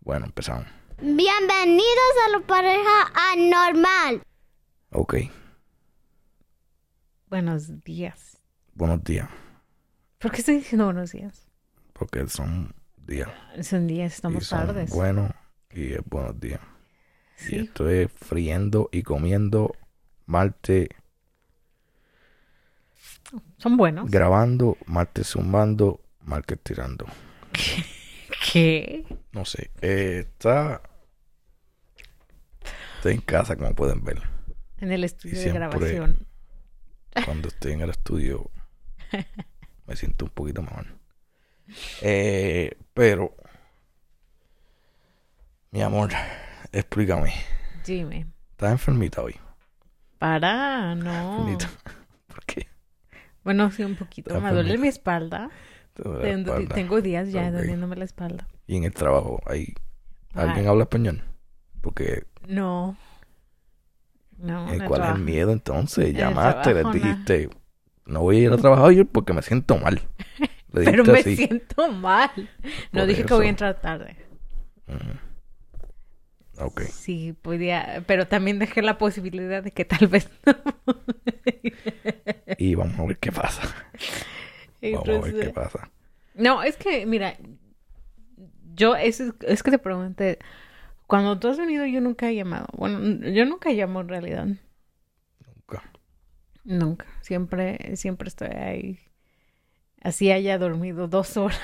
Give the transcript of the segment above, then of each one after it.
Bueno, empezamos. Bienvenidos a la pareja anormal. Ok. Buenos días. Buenos días. ¿Por qué estoy diciendo buenos días? Porque son días. Son días, Y estamos son tardes. buenos y es buenos días. Y Sí. estoy friendo y comiendo martes, Son buenos. grabando, martes zumbando, martes tirando. ¿Qué? No sé. Estoy en casa, como pueden ver. En el estudio de siempre- grabación. Cuando estoy en el estudio me siento un poquito mejor. Pero, mi amor, explícame. Dime. ¿Estás enfermita hoy? No. Enfermita. ¿Por qué? Bueno, sí, un poquito. Está Me duele enfermita. mi espalda. ¿Te duele la espalda? Tengo días ya Ok. doliéndome la espalda. Y en el trabajo, ¿alguien Ay, habla español? Porque, No. No, no ¿cuál es el trabajo. miedo entonces? el Llamaste, les trabajo, dijiste, no voy a ir a trabajar hoy porque me siento mal. Le Pero dijiste me así. siento mal. No Por dije que voy a eso. entrar tarde. Ujú. Ok. Sí, podía, pero también dejé la posibilidad de que tal vez no. Y vamos a ver qué pasa. Vamos a ver qué Entonces, pasa. no, es que, mira, es que te pregunté, cuando tú has venido yo nunca he llamado. Bueno, yo nunca llamo en realidad. Nunca. Nunca. Siempre estoy ahí. Así haya dormido 2 horas.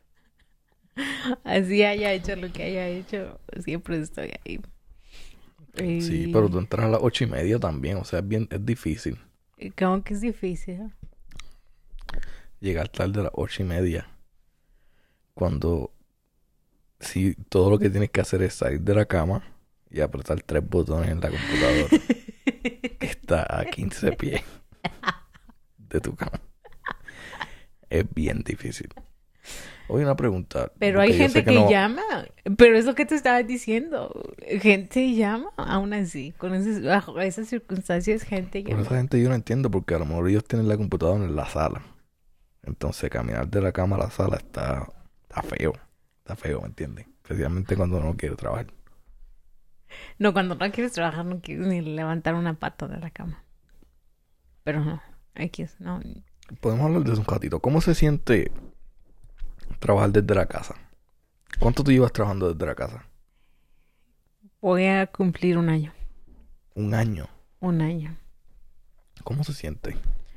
Así haya hecho lo que haya hecho. Siempre estoy ahí. Sí, Y pero tú entras a las 8:30 también. O sea, es difícil como que es difícil. llegar tarde a las 8:30. Cuando si todo lo que tienes que hacer es salir de la cama y apretar 3 botones en la computadora que está a 15 pies de tu cama. Es bien difícil. Hoy una pregunta. Pero hay porque yo gente sé que no- llama. Pero es lo que te estaba diciendo. Gente llama aún así. Bajo esas circunstancias, gente Por llama. esa gente yo no entiendo porque a lo mejor ellos tienen la computadora en la sala. Entonces caminar de la cama a la sala está feo. Está feo, ¿me entiendes? Especialmente cuando uno quiere trabajar. No, cuando no quieres trabajar, no quieres ni levantar una pata de la cama. Pero no. No. Podemos hablar de eso un ratito. ¿Cómo se siente trabajar desde la casa? ¿Cuánto tú llevas trabajando desde la casa? Voy a cumplir 1 año. 1 año. 1 año. ¿Cómo se siente?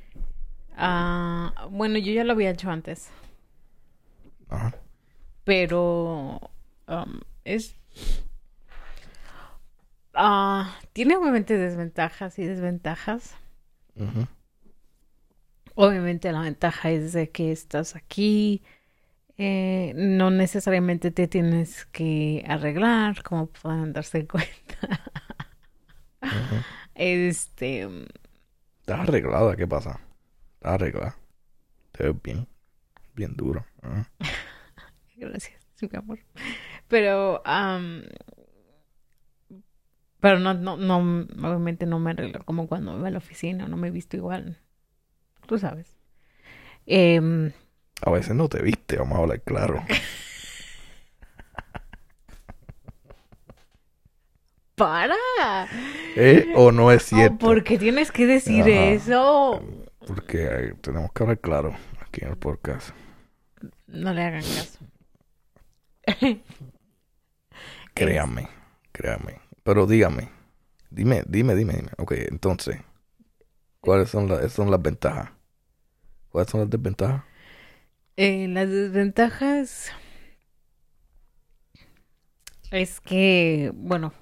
Bueno, yo ya lo había hecho antes. Ajá. Pero tiene obviamente desventajas y desventajas. Ujú. Obviamente la ventaja es de que estás aquí, no necesariamente te tienes que arreglar, como pueden darse cuenta. Ujú. ¿Estás arreglada? ¿Qué pasa? ¿Estás arreglada? Te ves bien. Bien duro. Ajá. Gracias, mi amor. Pero no, obviamente no me arreglo como cuando me voy a la oficina, no me he visto igual, tú sabes. A veces no te viste, vamos a hablar claro. ¡Para! ¿O no es Oh, cierto? ¿por qué tienes que decir Ajá. eso? Porque tenemos que hablar claro aquí en el podcast. No le hagan caso. Créanme. Pero dígame. Dime. Ok, entonces, ¿cuáles son las ventajas? ¿Cuáles son las desventajas? Las desventajas es que, bueno,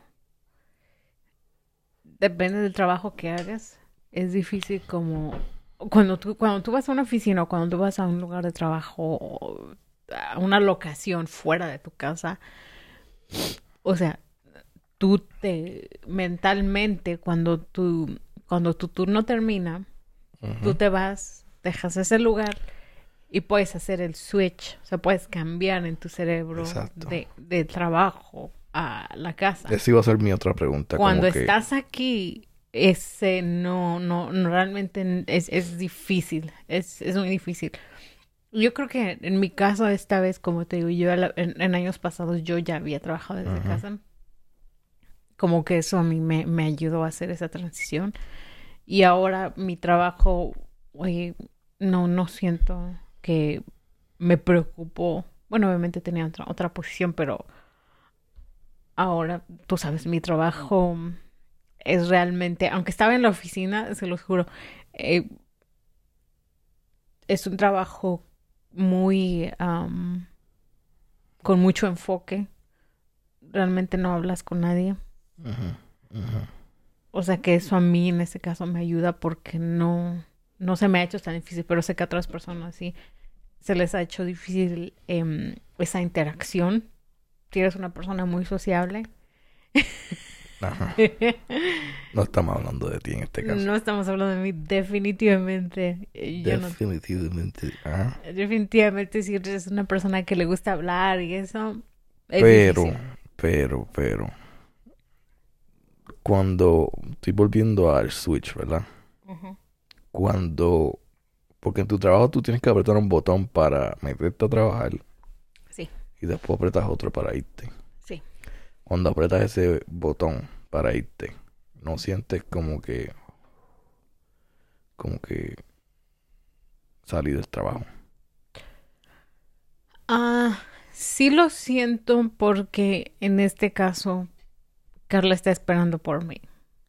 depende del trabajo que hagas. Es difícil como cuando tú vas a una oficina o cuando tú vas a un lugar de trabajo o a una locación fuera de tu casa. O sea, mentalmente cuando tu turno termina, tú Ujú. te vas, dejas ese lugar y puedes hacer el switch, o sea, puedes cambiar en tu cerebro Exacto. de trabajo a la casa. Esa iba a ser mi otra pregunta. Cuando como que, estás aquí, no realmente es difícil, es muy difícil. Yo creo que en mi caso esta vez, como te digo, yo en años pasados yo ya había trabajado desde casa. Como que eso a mí me ayudó a hacer esa transición. Y ahora mi trabajo, oye, no siento que me preocupó. Bueno, obviamente tenía otra posición, pero ahora, tú sabes, mi trabajo es realmente, aunque estaba en la oficina, se los juro, es un trabajo muy, con mucho enfoque. Realmente no hablas con nadie. O sea que eso a mí en este caso me ayuda porque no se me ha hecho tan difícil, pero sé que a otras personas sí se les ha hecho difícil esa interacción. Si eres una persona muy sociable. Ajá. No estamos hablando de ti en este caso. No estamos hablando de mí, definitivamente. Definitivamente. Ajá. Definitivamente si eres una persona que le gusta hablar y eso es difícil. Pero, cuando estoy volviendo al switch, ¿verdad? Porque en tu trabajo tú tienes que apretar un botón para meterte a trabajar. Sí. Y después apretas otro para irte. Sí. Cuando apretas ese botón para irte, no sientes como que salí del trabajo. Sí lo siento porque en este caso Carla está esperando por mí.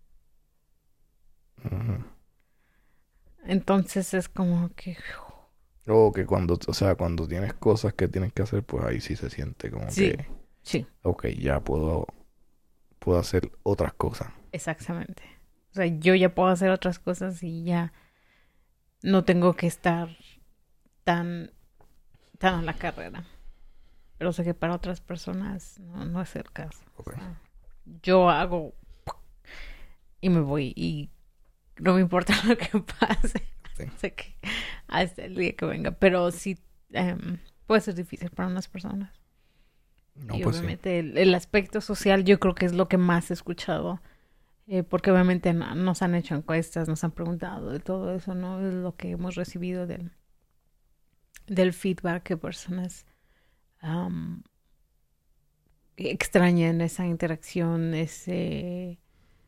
Entonces es como que... O que cuando tienes cosas que tienes que hacer, pues ahí sí se siente como que... Sí. Ok, ya puedo hacer otras cosas. Exactamente. O sea, yo ya puedo hacer otras cosas y ya no tengo que estar tan a la carrera. Pero sé que para otras personas no es el caso. Okay. O sea, yo hago y me voy y no me importa lo que pase. Sí. Sé que hasta el día que venga. Pero sí puede ser difícil para unas personas. No, y pues obviamente sí. El aspecto social yo creo que es lo que más he escuchado. Porque obviamente nos han hecho encuestas, nos han preguntado de todo eso, ¿no? Es lo que hemos recibido del feedback que personas extrañan esa interacción, ese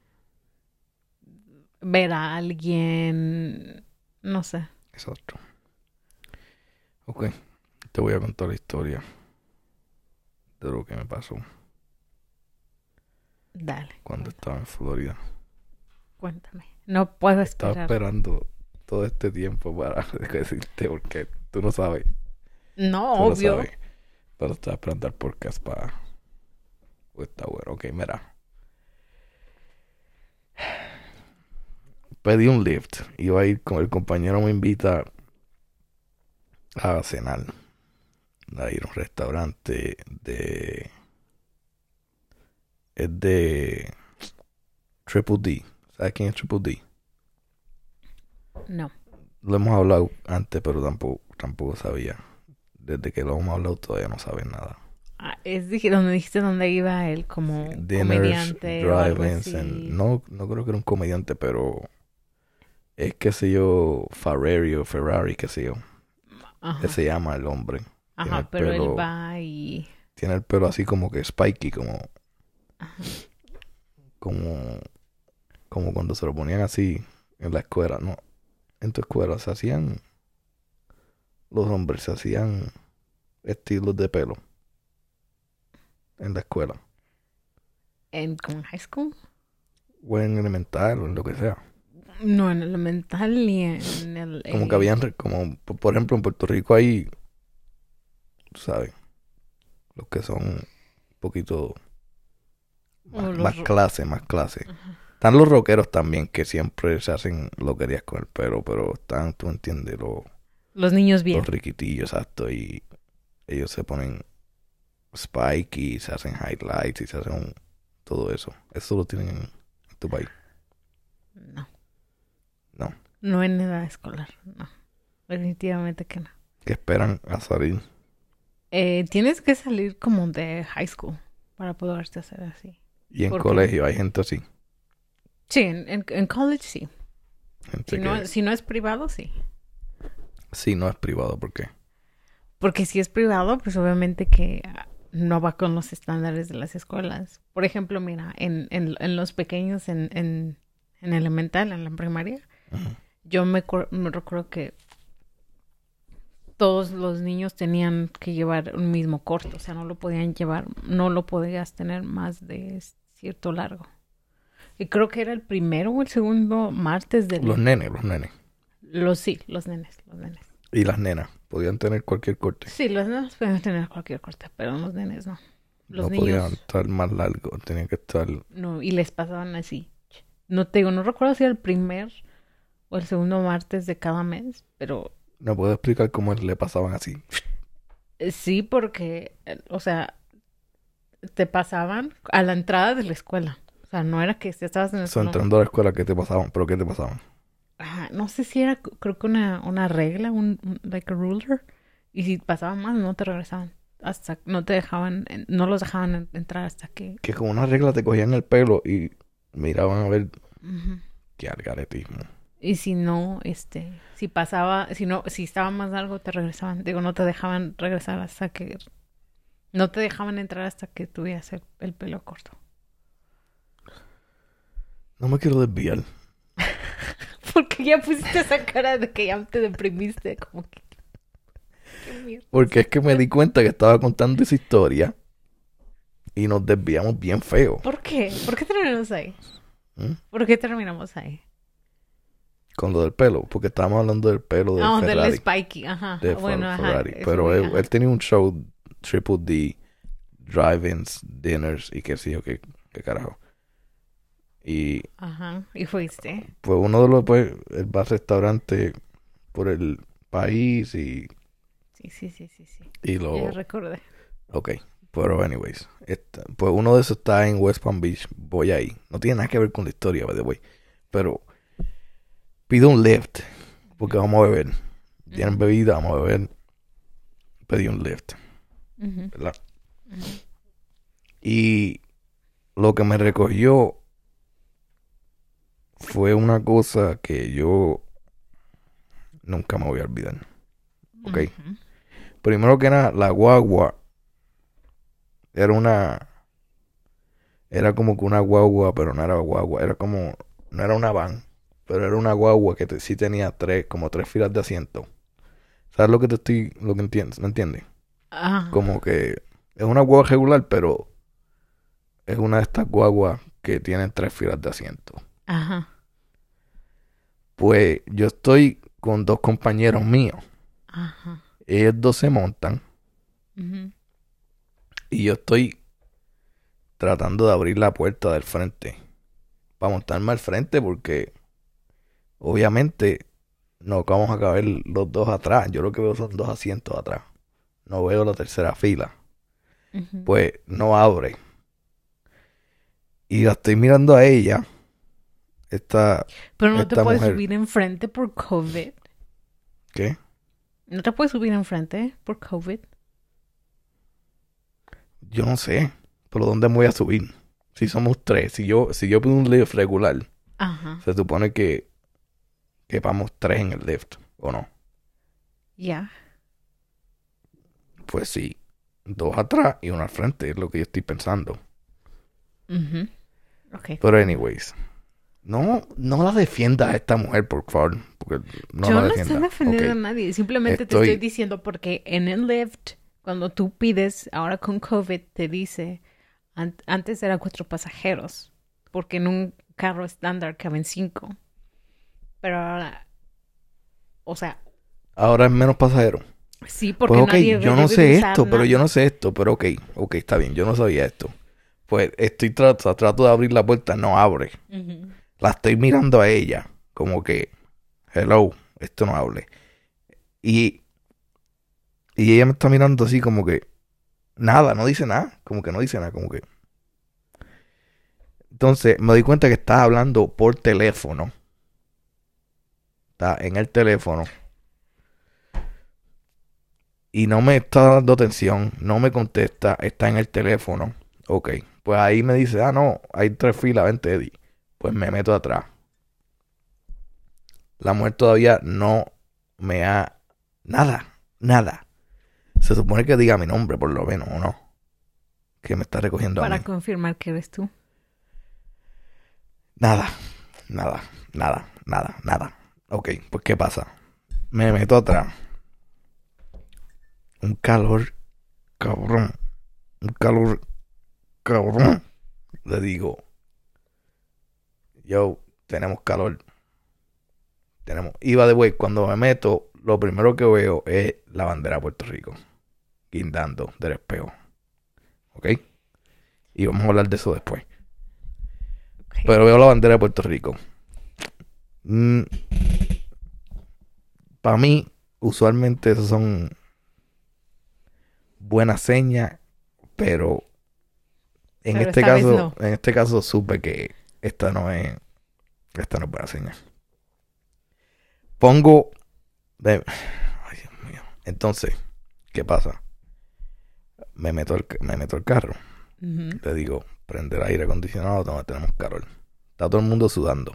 ver a alguien, no sé. Exacto. Ok, te voy a contar la historia de lo que me pasó. Dale. Cuando estaba en Florida. Cuéntame. No puedo esperar. Estaba esperando todo este tiempo para decirte porque tú no sabes. No, tú obvio. No sabes, pero estaba esperando el podcast para... Pues está bueno. Ok, mira. Pedí un Lyft. Iba a ir con el compañero, me invita a cenar. A ir a un restaurante es de Triple D. ¿Sabes quién es Triple D? No. Lo hemos hablado antes, pero tampoco sabía. Desde que lo hemos hablado todavía no sabes nada. Es donde dijiste dónde iba él como comediante o algo así. No creo que era un comediante, pero es qué sé yo, Ferrari, qué sé yo. Ajá. Que se llama el hombre. Ajá, pero él va y... Tiene el pelo así como que spiky, como... Ajá. Como cuando se lo ponían así en la escuela, ¿no? En tu escuela los hombres se hacían estilos de pelo en la escuela. ¿Como en high school? O en elemental o en lo que sea. No, en elemental ni en el... Como que habían, como por ejemplo en Puerto Rico hay, tú sabes, los que son un poquito más clase. Ajá. Están los rockeros también, que siempre se hacen loquerías con el pelo, pero están, tú entiendes, los niños bien. Los riquitillos, exacto, y ellos se ponen spike y se hacen highlights y se hacen todo eso. ¿Eso lo tienen en tu país? No. No. No en edad escolar, no. Definitivamente que no. ¿Qué esperan a salir? Tienes que salir como de high school para poderte hacer así. ¿Y en colegio hay gente así? Sí, en college sí. Si no es privado, sí. Sí, no es privado, ¿por qué? Porque si es privado, pues obviamente que no va con los estándares de las escuelas. Por ejemplo, mira, en los pequeños, en elemental, en la primaria, yo me recuerdo que todos los niños tenían que llevar un mismo corte. O sea, no lo podían llevar, no lo podías tener más de cierto largo. Y creo que era el primero o el segundo martes del... Los nenes. los nenes. Y las nenas podían tener cualquier corte. Sí, los nenes podían tener cualquier corte, pero los nenes no. Los No niños podían estar más largos, tenían que estar... no, y les pasaban así. No te digo, no recuerdo si era el primer o el segundo martes de cada mes, pero No puedo explicar cómo le pasaban así. sí, porque, o sea, te pasaban a la entrada de la escuela. O sea, no era que si estabas en la O sea, escuela. entrando a la escuela, ¿qué te pasaban? ¿Pero qué te pasaban? Ajá, no sé si era, creo que una regla, like a ruler. Y si pasaban más, no te regresaban. Hasta, no te dejaban, no los dejaban entrar hasta que... Que con una regla te cogían el pelo y miraban a ver Ujú. qué algaretismo. Y si no, si pasaba, si estaba más largo, te regresaban. Digo, no te dejaban regresar hasta que... No te dejaban entrar hasta que tuvieras el pelo corto. No me quiero desviar. Porque ya pusiste esa cara de que ya te deprimiste, como que... Qué mierda. Porque es que me di cuenta que estaba contando esa historia y nos desviamos bien feo. ¿Por qué? ¿Por qué terminamos ahí? ¿Mm? ¿Por qué terminamos ahí? Con lo del pelo, porque estábamos hablando del pelo de Del Ferrari. Spikey, ajá. De Bueno, ajá. Ferrari. eso Pero vi, ajá. él tenía un show, Triple D, drive-ins, dinners y qué sé yo, qué carajo. Y Ajá. ¿Y fuiste? pues uno de los, pues, él va a restaurante por el país y Sí. lo... Ya recordé. Ok, pero anyways, pues uno de esos está en West Palm Beach, voy ahí. No tiene nada que ver con la historia, by the way. Pero pido un Lyft, porque vamos a beber. Tienen bebida, vamos a beber. Pedí un Lyft, Ujú. ¿verdad? Y lo que me recogió fue una cosa que yo nunca me voy a olvidar. Ok. Ujú. Primero que nada, la guagua era como que una guagua, pero no era guagua, no era una van, pero era una guagua que sí tenía como tres filas de asiento. ¿Sabes lo que entiendes? ¿Me entiendes? Ah. Como que es una guagua regular, pero es una de estas guaguas que tienen tres filas de asiento. Ajá. Pues yo estoy con dos compañeros míos. Ajá. Ellos dos se montan Ujú. y yo estoy tratando de abrir la puerta del frente para montarme al frente porque obviamente no vamos a caber los dos atrás. Yo lo que veo son dos asientos atrás. No veo la tercera fila. Ujú. Pues no abre. Y la estoy mirando a ella. Pero no te esta puedes mujer. subir enfrente por COVID. ¿Qué? No te puedes subir enfrente por COVID. Yo no sé. ¿Pero dónde me voy a subir? Si somos tres. Si yo pido un lift regular, Ajá. se supone que vamos tres en el lift. ¿O no? Ya. Pues sí. Dos atrás y uno al frente. Es lo que yo estoy pensando. Ujú. Ok. Pero anyways. No la defiendas a esta mujer, por favor. Porque no Yo la no defiendas. estoy defendiendo a Ok. nadie. Simplemente te Estoy- estoy diciendo porque en el Lyft, cuando tú pides, ahora con COVID, te dice, antes eran 4 pasajeros, porque en un carro estándar caben 5. Pero ahora, o sea, Ahora es menos pasajero. sí, porque Pues ok, nadie yo no debe sé usar esto, pero nada. yo no sé esto. Pero ok, está bien. Yo no sabía esto. Pues trato de abrir la puerta. No abre. Ujú. La estoy mirando a ella. Como que, hello, esto no hable. Y ella me está mirando así como que, nada, no dice nada. Como que no dice nada, como que. Entonces me doy cuenta que está hablando por teléfono. Está en el teléfono. Y no me está dando atención. No me contesta. Está en el teléfono. Ok. Pues ahí me dice, no, hay 3 filas, vente, Eddie. Pues me meto atrás. La mujer todavía no me ha... Nada. Se supone que diga mi nombre, por lo menos, ¿o no? Que me está recogiendo a Para mí. confirmar que eres tú. Nada. Ok, pues ¿qué pasa? Me meto atrás. Un calor, cabrón. Le digo, yo, tenemos calor. Iba de güey, cuando me meto, lo primero que veo es la bandera de Puerto Rico. Guindando del espejo. ¿Ok? Y vamos a hablar de eso después. Okay. Pero veo la bandera de Puerto Rico. Para mí, usualmente esos son buenas señas, pero en Pero este esta vez caso, no. en este caso supe que esta no es buena señal. Ay, Dios mío. Entonces, ¿qué pasa? Me meto al carro. Ujú. Le digo, prende el aire acondicionado, tenemos calor. Está todo el mundo sudando.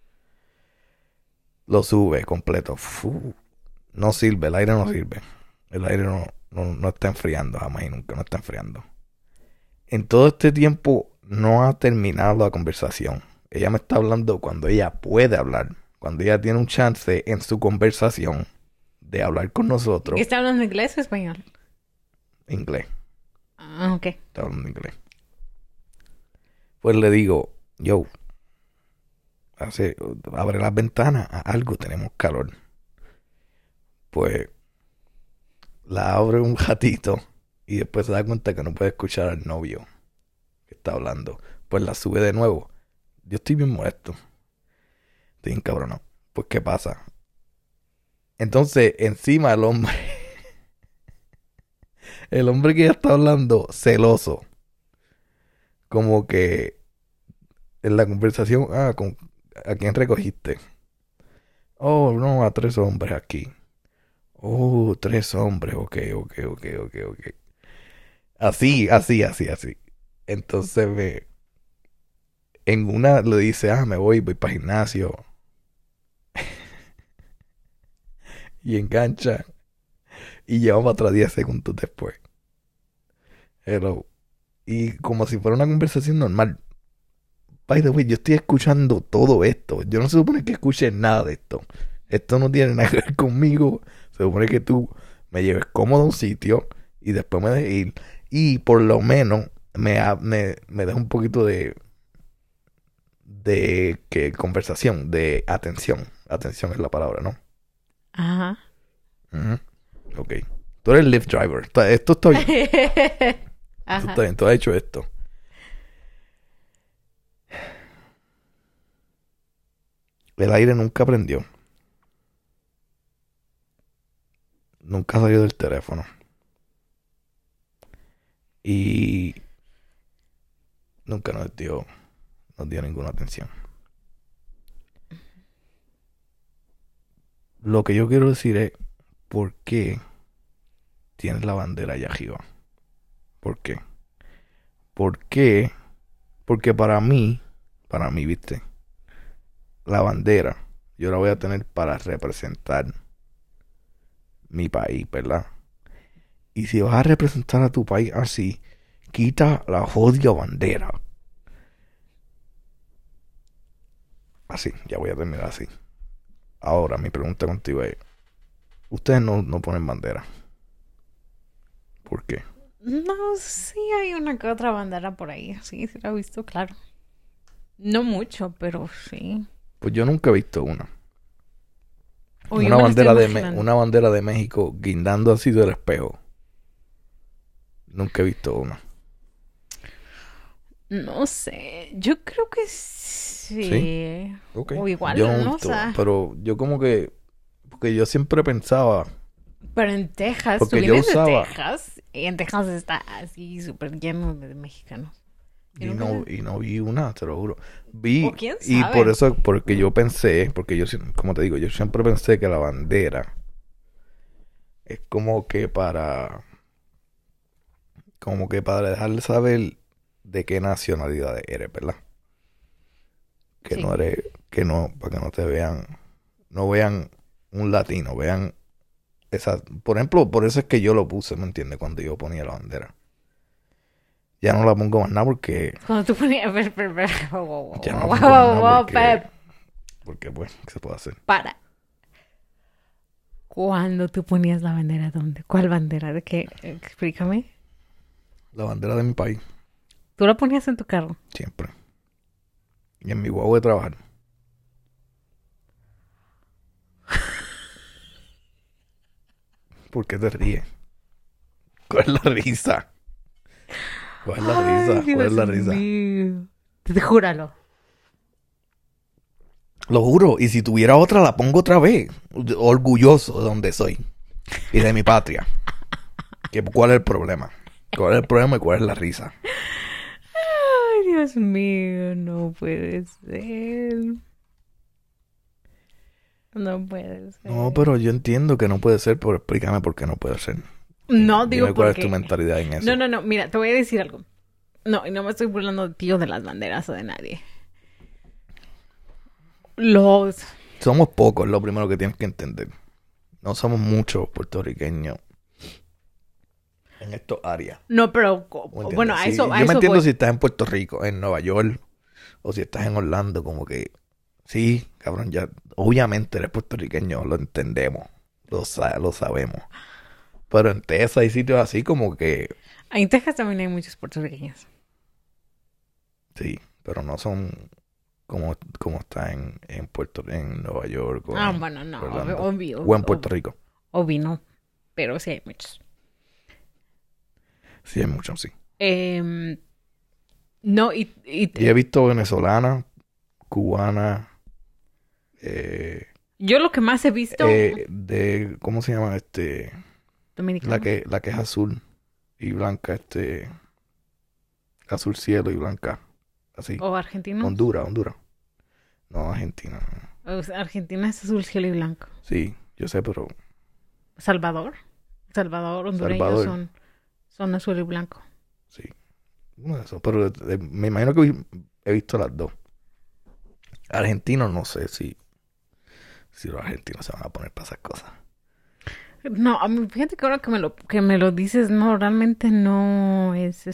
Lo sube completo. No sirve, el aire no sirve. El aire no está enfriando, jamás y nunca no está enfriando. En todo este tiempo no ha terminado la conversación. Ella me está hablando cuando ella puede hablar. Cuando ella tiene un chance en su conversación de hablar con nosotros. ¿Está hablando inglés o español? Inglés. Ah, ok. Está hablando inglés. Pues le digo, yo, abre las ventanas, algo, tenemos calor. Pues la abre un ratito y después se da cuenta que no puede escuchar al novio que está hablando. Pues la sube de nuevo. Yo estoy bien molesto. Estoy bien cabronado. Pues ¿qué pasa? Entonces, encima el hombre que ella está hablando, celoso. Como que en la conversación, ¿a quién recogiste? Oh, no, a 3 hombres aquí. Oh, 3 hombres, ok. Así. Entonces en una le dice, me voy para el gimnasio. Y engancha. Y llevamos atrás 10 segundos después. Hello. Y como si fuera una conversación normal. By the way, yo estoy escuchando todo esto. Yo no se supone que escuche nada de esto. Esto no tiene nada que ver conmigo. Se supone que tú me lleves cómodo a un sitio y después me dejes ir. Y por lo menos me deja un poquito de conversación, de atención. Atención es la palabra, ¿no? Ajá. Ok. Tú eres el Lyft driver. Esto está bien. Ajá. Esto está bien. Tú has hecho esto. El aire nunca prendió. Nunca salió del teléfono. Y nunca nos dio ninguna atención. Lo que yo quiero decir es, ¿por qué tienes la bandera allá arriba? ¿Por qué? ¿Por qué? Porque para mí, viste, la bandera yo la voy a tener para representar mi país, ¿verdad? Y si vas a representar a tu país así, quita la jodida bandera. Así, ya voy a terminar así. Ahora, mi pregunta contigo es, ustedes no ponen bandera. ¿Por qué? No, sí hay una que otra bandera por ahí. Sí, sí la he visto, claro. No mucho, pero sí. Pues yo nunca he visto una. O yo Una me la estoy bandera imaginando. una bandera de México guindando así del espejo. Nunca he visto una. No sé, yo creo que sí. Okay. O igual, Yo no he no visto, sé. pero yo como que, porque yo siempre pensaba, Pero en Texas, porque tú yo vienes usaba- de Texas y en Texas está así súper lleno de mexicanos. y no vi una, te lo juro. Vi, O quién y sabe. por eso, porque yo pensé, como te digo, yo siempre pensé que la bandera es como que para dejarle saber de qué nacionalidad eres, ¿verdad? Que Sí. no eres, para que no te vean, no vean un latino, vean Por ejemplo, por eso es que yo lo puse, ¿me entiendes? Cuando yo ponía la bandera. Ya no la pongo más nada porque... Cuando tú ponías... Ya no la pongo más nada Pep. porque, pues, ¿qué se puede hacer? Para. Cuando tú ponías la bandera, ¿dónde? ¿Cuál bandera? ¿De qué? Explícame. La bandera de mi país, ¿Tú la ponías en tu carro? siempre. Y en mi guagua de trabajar. ¿Por qué te ríes? ¿Cuál es la risa? ¿Cuál es la risa? Ay, ¿Cuál es la Dios risa? mío. Júralo. Lo juro, y si tuviera otra la pongo otra vez. Orgulloso de donde soy y de mi patria. ¿Cuál es el problema? ¿Cuál es el problema y cuál es la risa? Ay, Dios mío, no puede ser. No puede ser. No, pero yo entiendo que no puede ser, pero explícame por qué no puede ser. No, digo Dime cuál porque... es tu mentalidad en eso. No, mira, te voy a decir algo. No, y no me estoy burlando de ti o de las banderas o de nadie. Somos pocos, lo primero que tienes que entender. No somos muchos puertorriqueños en estas áreas. No, pero... ¿Me Bueno, a entiendes? eso, Sí, a yo me eso entiendo voy. si estás en Puerto Rico, en Nueva York, o si estás en Orlando, como que... Sí, cabrón, ya... Obviamente eres puertorriqueño, lo entendemos. Lo sabemos. Pero en Texas hay sitios así como que... En Texas también hay muchos puertorriqueños. Sí, pero no son como está en Nueva York o Bueno, no, Orlando. obvio. O en Puerto Rico. Obvio, no. Pero sí hay muchos. Sí, hay muchos, sí. No, Y he visto venezolana, cubana, yo lo que más he visto... ¿cómo se llama? Dominicano. La que es azul y blanca, azul cielo y blanca, así. O argentino. Honduras. No, Argentina. O sea, Argentina es azul, cielo y blanco. Sí, yo sé, pero Salvador, hondureños Salvador. son azul y blanco. sí. Uno de esos, pero me imagino que he visto las dos. Argentinos no sé si los argentinos se van a poner para esas cosas. No, a mí, fíjate que ahora que me lo dices, no, realmente no es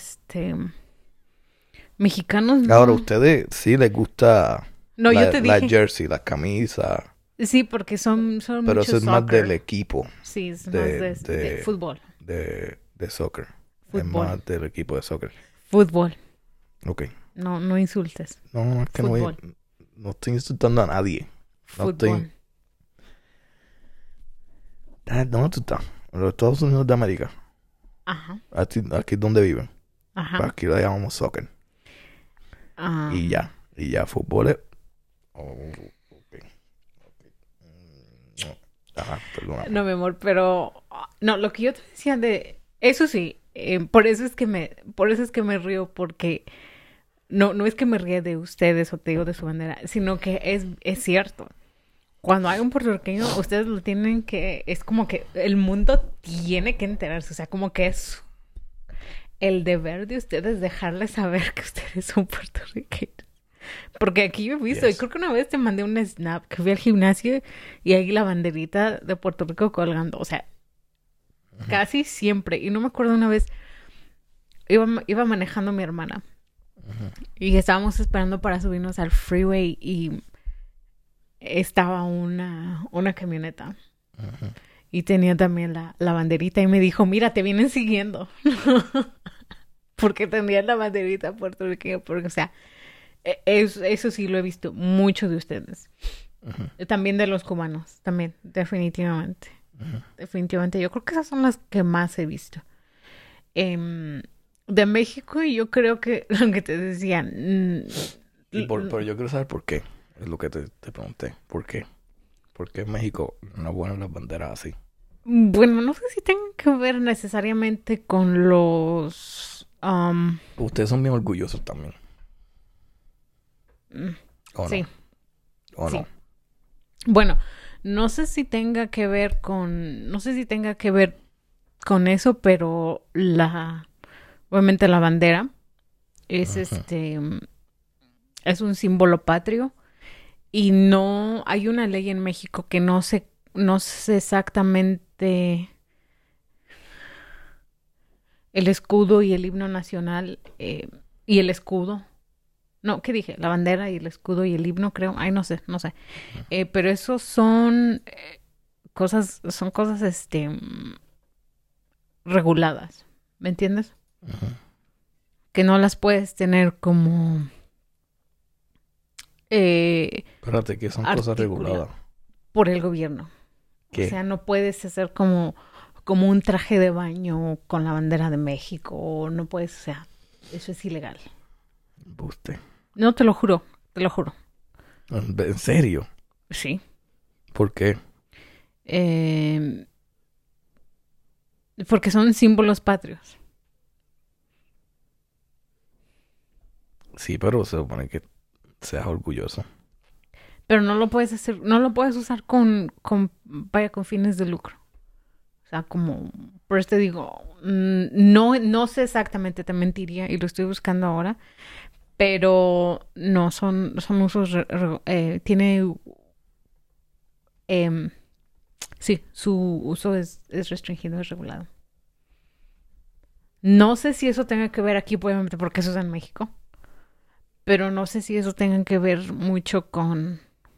mexicanos. No. Ahora, a ustedes sí les gusta No, yo te la dije. jersey, las camisas, Sí, porque son pero mucho eso es más soccer. del equipo Sí, es de- más de fútbol. de soccer. Es Fútbol. más del equipo de soccer. Fútbol. Ok. No insultes. No, es que Fútbol. no estoy insultando a nadie. No Fútbol. ¿Dónde tú estás? En los Estados Unidos de América. Ajá. Aquí es donde viven. Pues Ajá. aquí lo llamamos soccer. Ah, Y ya, fútbol es... ok. Ajá, perdona. No, mi amor, pero no, lo que yo te decía de eso sí, por eso es que me río, porque no es que me ríe de ustedes o te digo de su bandera, sino que es cierto. Cuando hay un puertorriqueño, ustedes lo tienen que, es como que el mundo tiene que enterarse, o sea, como que es el deber de ustedes dejarles saber que ustedes son puertorriqueños. Porque aquí yo he visto, Yes. y creo que una vez te mandé un snap que fui al gimnasio y ahí la banderita de Puerto Rico colgando, o sea, casi siempre. Y no me acuerdo una vez, iba manejando mi hermana y estábamos esperando para subirnos al freeway y estaba una camioneta y tenía también la banderita y me dijo, mira, te vienen siguiendo. Porque tenía la banderita puertorriqueña, porque, o sea, eso sí lo he visto mucho de ustedes. También de los cubanos, también, definitivamente. Definitivamente, yo creo que esas son las que más he visto. De México, yo creo que lo que te decía. Pero yo quiero saber por qué. Es lo que te pregunté. ¿Por qué? ¿Por qué en México no ponen las banderas así? Bueno, no sé si tengan que ver necesariamente con los... Ustedes son bien orgullosos también. ¿O no? sí. ¿O Sí. no? Bueno, no sé si tenga que ver con eso, pero obviamente la bandera es es un símbolo patrio y no hay una ley en México que no se no sé exactamente el escudo y el himno nacional y el escudo. No, ¿qué dije? La bandera y el escudo y el himno, creo. Ay, no sé. Pero esos son cosas, reguladas. ¿Me entiendes? Ujú. Que no las puedes tener como Espérate, que son cosas articuladas reguladas. por el gobierno. ¿Qué? O sea, no puedes hacer como un traje de baño con la bandera de México. O no puedes, o sea, eso es ilegal. Embuste. No, te lo juro, te lo juro. ¿En serio? Sí. ¿Por qué? Porque son símbolos patrios. Sí, pero se supone que seas orgulloso. Pero no lo puedes hacer, no lo puedes usar con fines de lucro. O sea, como, por eso te digo, no sé exactamente, te mentiría y lo estoy buscando ahora, pero no son usos, tiene, sí, su uso es restringido, es regulado. No sé si eso tenga que ver aquí, obviamente, porque eso es en México, pero no sé si eso tenga que ver mucho con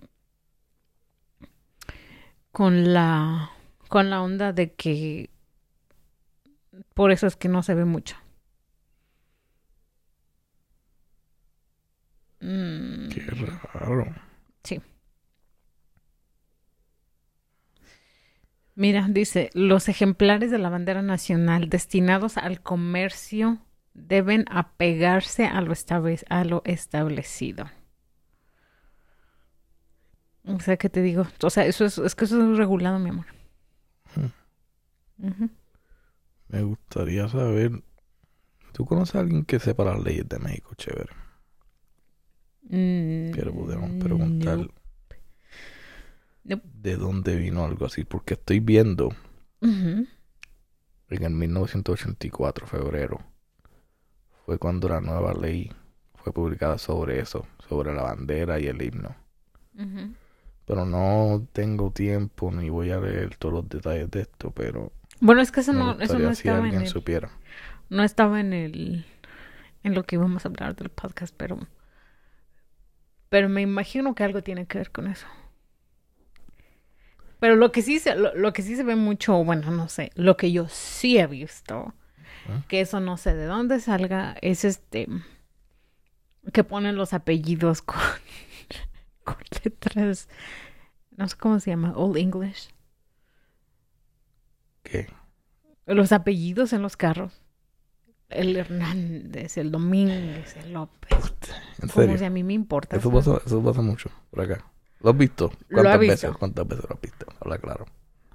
la onda de que por eso es que no se ve mucho. Qué raro. Sí. Mira, dice, los ejemplares de la bandera nacional destinados al comercio deben apegarse a lo establecido. O sea, ¿qué te digo? O sea, es que eso es regulado, mi amor. Ujú. Me gustaría saber. ¿Tú conoces a alguien que sepa las leyes de México? Chévere. Que le pudiéramos preguntar Nope. de dónde vino algo así. Porque estoy viendo Ujú. en el 1984, febrero, fue cuando la nueva ley fue publicada sobre eso, sobre la bandera y el himno. Ujú. Pero no tengo tiempo ni voy a leer todos los detalles de esto, pero Bueno, es que eso me no gustaría si estaba en alguien supiera. no estaba en lo que íbamos a hablar del podcast, pero me imagino que algo tiene que ver con eso. Pero lo que sí se ve mucho, bueno, no sé, lo que yo sí he visto, que eso no sé de dónde salga, es que ponen los apellidos con letras, no sé cómo se llama, Old English. ¿Qué? Los apellidos en los carros. El Hernández, el Domínguez, el López. ¿En Como serio? si a mí me importa. Eso pasa mucho por acá. ¿Lo has visto? Lo he visto. ¿Cuántas veces lo has visto? Habla claro.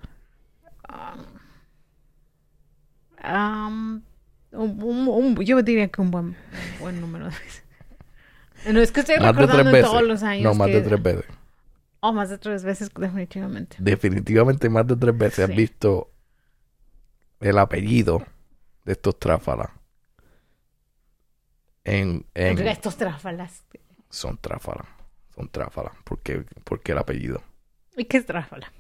Yo diría que un buen número de veces. No es que estoy Más de recordando 3 en veces. todos los años. No, más de 3 veces. Oh, más de 3 veces, definitivamente. Definitivamente más de 3 veces Sí. has visto el apellido de estos tráfalas. Estos tráfalas. Son tráfalas. Son tráfalas. Porque el apellido. ¿Y qué es tráfala?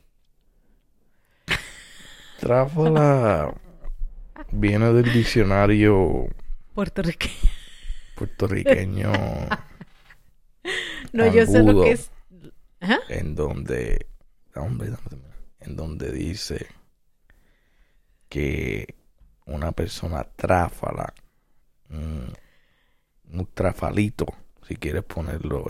Tráfala viene del diccionario puertorriqueño. No, yo sé lo Agudo. que es. ¿Ah? En donde dice que una persona tráfala, un trafalito, si quieres ponerlo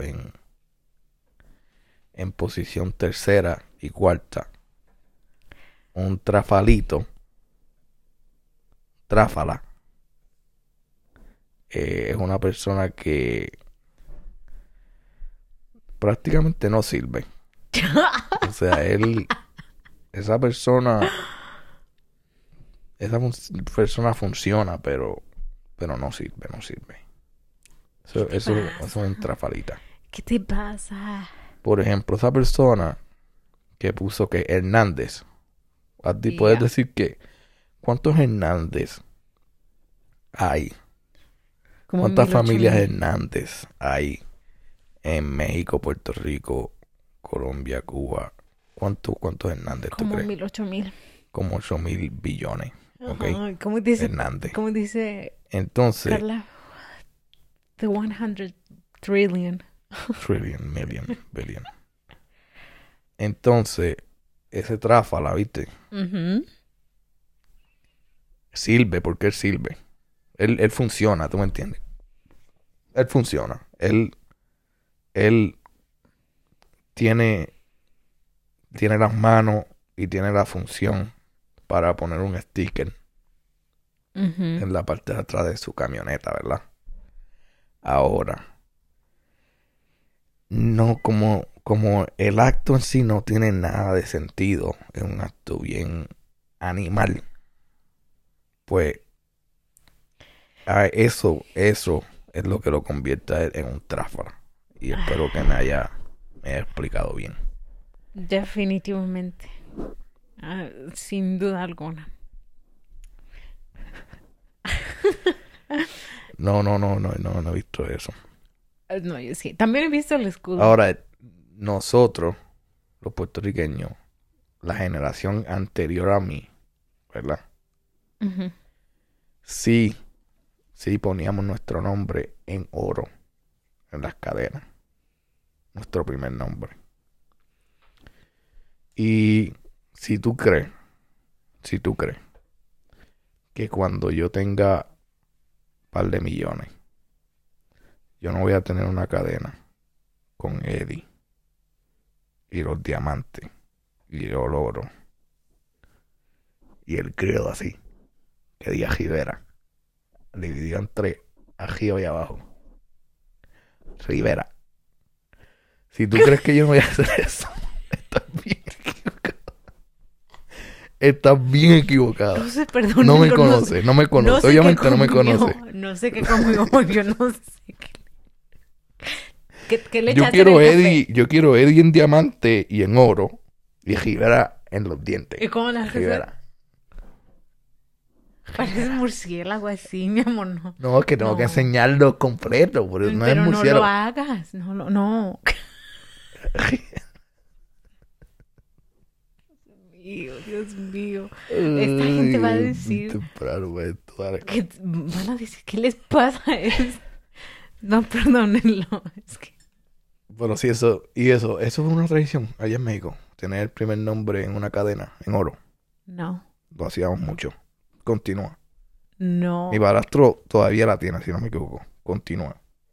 en posición tercera y cuarta, un trafalito, tráfala, es una persona que prácticamente no sirve. O sea, esa persona funciona, pero no sirve. Eso es un trafalita. ¿Qué te pasa? Por ejemplo, esa persona que puso que Hernández, a ti Yeah. puedes decir que ¿cuántos Hernández hay? Como ¿Cuántas 1800. familias Hernández hay en México, Puerto Rico, Colombia, Cuba, ¿Cuántos Hernández tú Como crees? 1,000, 8,000. Como 8,000 billones. ¿Ok? Ajá, ¿cómo dice? Hernández. ¿Cómo dice Entonces, Carla? The 100 trillion. trillion, million, billion. Entonces, ese tráfala, ¿viste? Ujú. Sirve porque él sirve. Él funciona, ¿tú me entiendes? Él funciona. Él tiene las manos y tiene la función para poner un sticker Ujú. en la parte de atrás de su camioneta, ¿verdad? Ahora, no como el acto en sí no tiene nada de sentido, es un acto bien animal, pues eso es lo que lo convierte a él en un tráfala. Y espero que me haya explicado bien. Definitivamente. Sin duda alguna. No he visto eso. No, yo sí. También he visto el escudo. Ahora, nosotros, los puertorriqueños, la generación anterior a mí, ¿verdad? Ujú. Sí poníamos nuestro nombre en oro en las cadenas. Nuestro primer nombre. Y si tú crees que cuando yo tenga un par de millones, yo no voy a tener una cadena con Eddie y los diamantes y el oro y el credo así, que diga Rivera, dividido en tres, arriba y abajo. Rivera. Si tú crees que yo no voy a hacer eso, estás bien equivocado. Estás bien equivocado. No sé, perdón. No me conoce. No sé Obviamente qué no me comió, conoce. No sé qué comió, yo no sé qué le Yo echaste en el café. quiero Eddie en diamante y en oro y Rivera en los dientes. ¿Y cómo la haces? Rivera. Parece murciélago así, mi amor, no. No, es que tengo que enseñarlo completo, porque no es Pero no murciélago. lo hagas, no. Dios mío. Esta gente va a decir Temprano, esto, dale. que van a decir, ¿qué les pasa a esto? No, perdónenlo, es que Bueno, sí, eso es una tradición allá en México. Tener el primer nombre en una cadena, en oro. no. Lo hacíamos mucho. Continúa. No. Mi padrastro todavía la tiene, si no me equivoco. Continúa.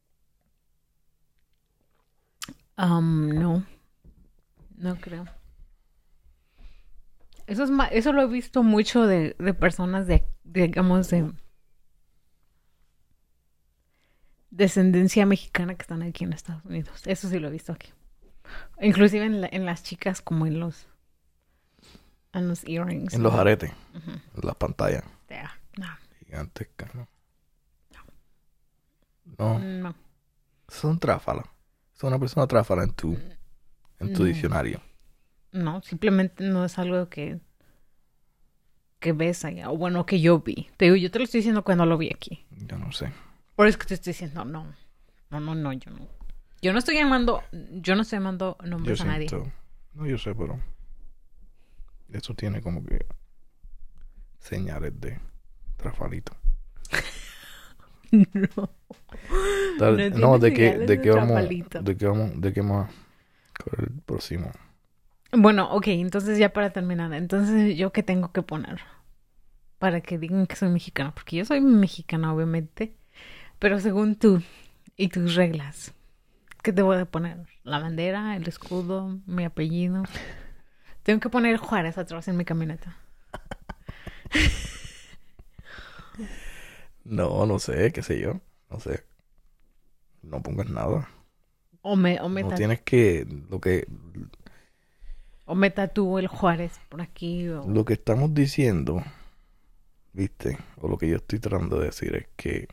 No. No creo. Eso lo he visto mucho de personas digamos, de descendencia mexicana que están aquí en Estados Unidos. Eso sí lo he visto aquí. Inclusive en las chicas como en los earrings. En los aretes. Ujú. En las pantallas. Yeah, no. Gigantescas, ¿no? No. No. Son tráfalas. Son una persona tráfala en tu No. diccionario. No, simplemente no es algo que ves allá. O bueno, que yo vi. Te digo, yo te lo estoy diciendo cuando lo vi aquí. Yo no sé. Por eso que te estoy diciendo, no, yo no. Yo no estoy llamando nombres a nadie. No, yo sé, pero eso tiene como que señales de trafalito. No. No, ¿de qué más? Con el próximo. Bueno, ok, entonces ya para terminar, entonces yo qué tengo que poner para que digan que soy mexicana, porque yo soy mexicana obviamente, pero según tú y tus reglas, ¿qué debo de poner? La bandera, el escudo, mi apellido. Tengo que poner Juárez atrás en mi camioneta. No sé, qué sé yo. No sé. No pongas nada. O me No tienes que... o me tatúo el Juárez por aquí. Lo que estamos diciendo, ¿viste? O lo que yo estoy tratando de decir es que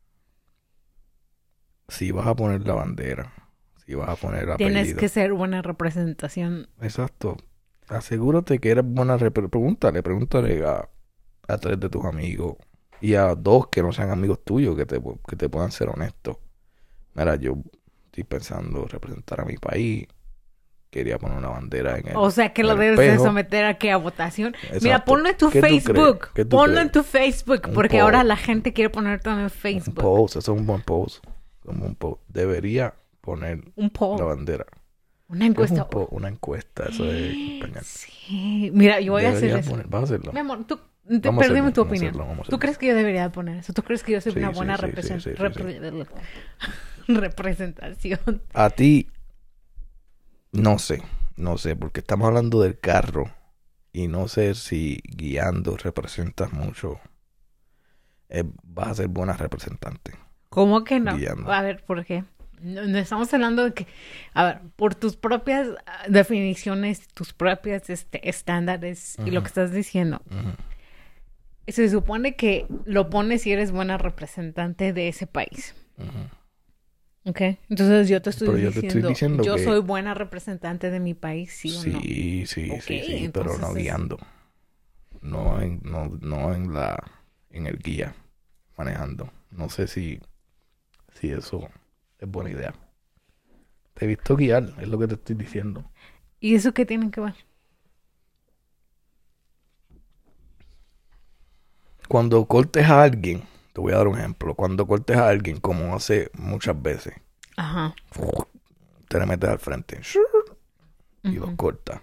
si vas a poner la bandera, si vas a poner el apellido... Tienes que ser buena representación. Exacto. Asegúrate que eres buena Pregúntale a 3 de tus amigos y a 2 que no sean amigos tuyos que te puedan ser honestos. Mira, yo estoy pensando representar a mi país. quería poner una bandera en el O sea, que en lo el debes de espejo. someter aquí a votación. Mira, Exacto. ponlo en tu ¿Qué tú crees? Facebook. ¿Qué tú Ponlo crees? en tu Facebook, Un porque post. ahora la gente quiere poner todo en Un Facebook. post, eso es un buen post. Como un post. Debería poner Un poll. la bandera. Una Es encuesta. una encuesta, eso es español. Sí. Mira, yo voy a hacer Debería eso. poner, vas a hacerlo. Mi amor, tú... Vamos a Perdime hacerlo, tu vamos a opinión. hacerlo, vamos a ¿Tú hacerlo. crees que yo debería poner eso? ¿Tú crees que yo soy Sí, una sí, buena sí, sí, sí, sí. representación? A ti, no sé, porque estamos hablando del carro y no sé si guiando representas mucho. Vas a ser buena representante. ¿Cómo que no? Guiando. A ver, ¿por qué? No estamos hablando de que, a ver, por tus propias definiciones, tus propias estándares y lo que estás diciendo. Ujú. Se supone que lo pones si eres buena representante de ese país. Ujú. ¿Ok? Entonces yo te estoy Pero yo te estoy diciendo yo que- soy buena representante de mi país, ¿sí o no? Sí, Ok, sí, pero no entonces guiando. No en el guía, manejando. No sé si eso es buena idea. Te he visto guiar, es lo que te estoy diciendo. ¿Y eso qué tiene que ver? Cuando cortes a alguien, te voy a dar un ejemplo. Cuando cortes a alguien, como hace muchas veces, Ajá. te le metes al frente y los Ujú. cortas.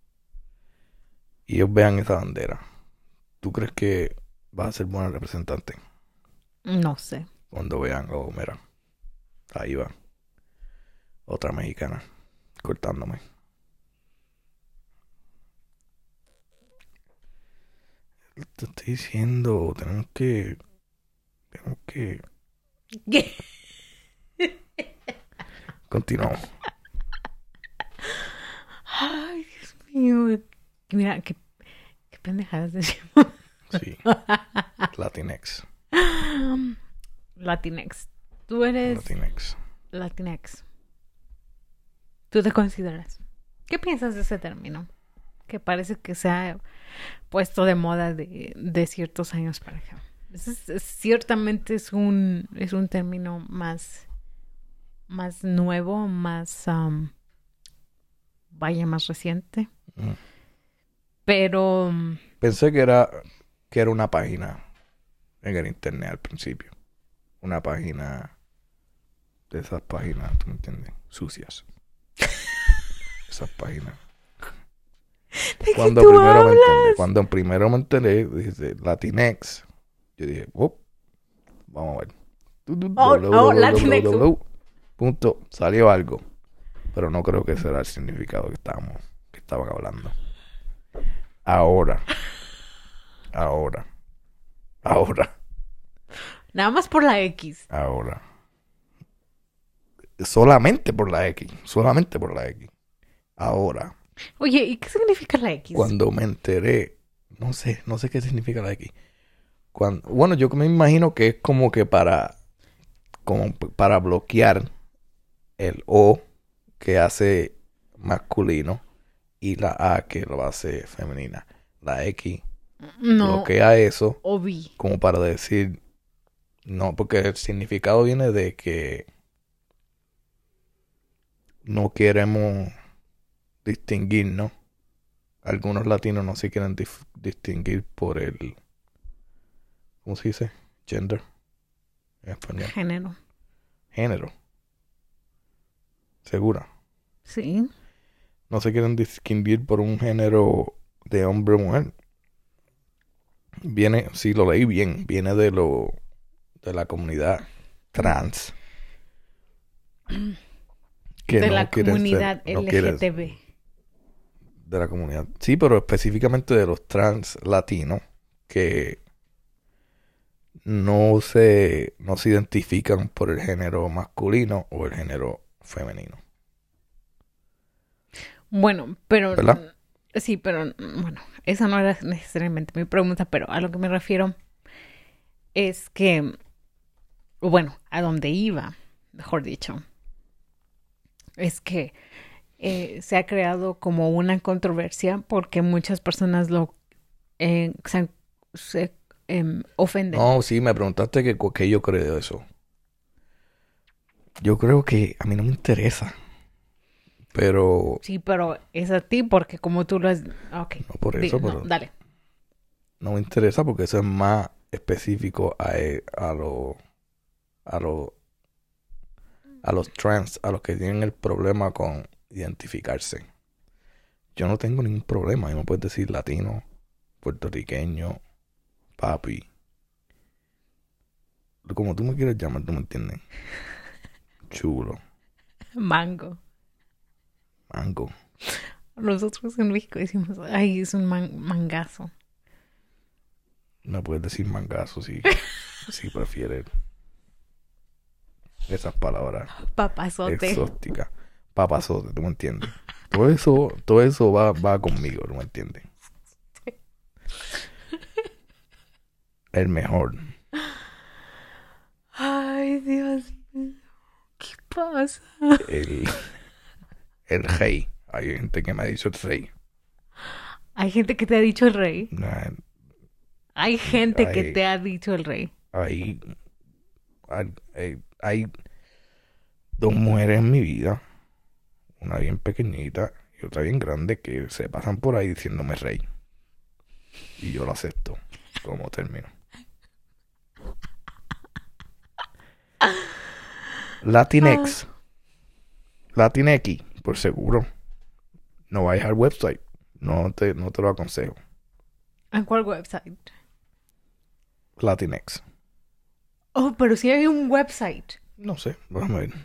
Y ellos vean esa bandera. ¿Tú crees que vas a ser buena representante? No sé. Cuando vean, oh, mira, ahí va. Otra mexicana cortándome. Te estoy diciendo, tenemos que ¿Qué? continuamos. Ay, Dios mío. Mira, qué pendejadas decimos. Sí. Latinx. Latinx. Tú eres Latinx. Latinx. ¿Tú te consideras? ¿Qué piensas de ese término? Que parece que se ha puesto de moda de ciertos años para acá. Ciertamente es un término más nuevo, más más reciente. Mm. Pero Pensé que era una página en el internet al principio. Una página de esas páginas, ¿tú me entiendes? Sucias. Esas páginas. ¿de qué Cuando tú primero me hablas? enteré, dice Latinx, yo dije, oh, vamos a ver. Latinx. Punto, salió algo. Pero no creo que ese era el significado que estaban hablando. Ahora. Nada más por la X. Solamente por la X. Ahora. Oye, ¿y qué significa la X? Cuando me enteré, no sé qué significa la X. Bueno, yo me imagino que es como para bloquear el O que hace masculino y la A que lo hace femenina. La X No, bloquea eso Obi. como para decir no, porque el significado viene de que no queremos distinguir, ¿no? Algunos latinos no se quieren distinguir por el, ¿cómo se dice? Gender en español. Género. ¿Segura? Sí. No se quieren distinguir por un género de hombre o mujer. Viene, si lo leí bien, viene de la comunidad trans. Que De no la quieren comunidad ser- no quieren- LGTB. de la comunidad. Sí, pero específicamente de los trans latinos que no se identifican por el género masculino o el género femenino. Bueno, pero... ¿Verdad? Sí, pero bueno, esa no era necesariamente mi pregunta, pero a lo que me refiero es que, bueno, a donde iba, mejor dicho, es que se ha creado como una controversia porque muchas personas se ofenden. No, sí, me preguntaste que yo creo de eso. Yo creo que a mí no me interesa Pero... Sí, pero es a ti porque como tú lo has... Ok. No por eso, no, pero... dale. No me interesa porque eso es más específico a los trans, a los que tienen el problema con identificarse. Yo no tengo ningún problema. Yo me puedes decir latino, puertorriqueño, papi. Como tú me quieres llamar, tú me entiendes. Chulo, Mango. mango. Nosotros en México decimos, ay, es un mangazo. Me puedes decir mangazo si prefieres esas palabras Papazote. exóticas. Papazote, tú me entiendes. Todo eso va conmigo, tú me entiendes. El mejor. Ay, Dios mío. ¿Qué pasa? El rey. Hay gente que me ha dicho el rey. Hay gente que te ha dicho el rey. Nah, Hay gente que Ay. te ha dicho el rey. hay dos mujeres en mi vida. Una bien pequeñita y otra bien grande que se pasan por ahí diciéndome rey. Y yo lo acepto como término. Latinx. Latinx, por seguro. No vayas al website. No te lo aconsejo. ¿En cuál website? Latinx. Oh, pero sí hay un website. No sé, vamos a ver.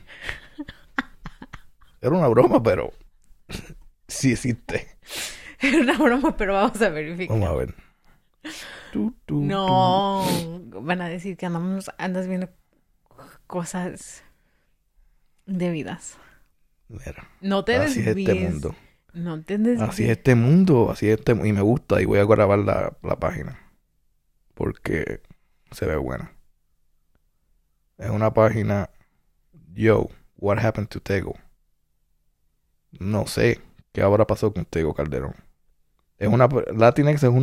Era una broma, pero sí existe. Es una broma, pero vamos a verificar. Vamos a ver. No, van a decir que andas viendo cosas indebidas. Mira, No te así es desvíes. este mundo. No te desvíes. Así es este mundo, y me gusta y voy a grabar la página porque se ve buena. Es una página. Yo, what happened to Tego? No sé qué habrá pasado con Tego Calderón. Latinx es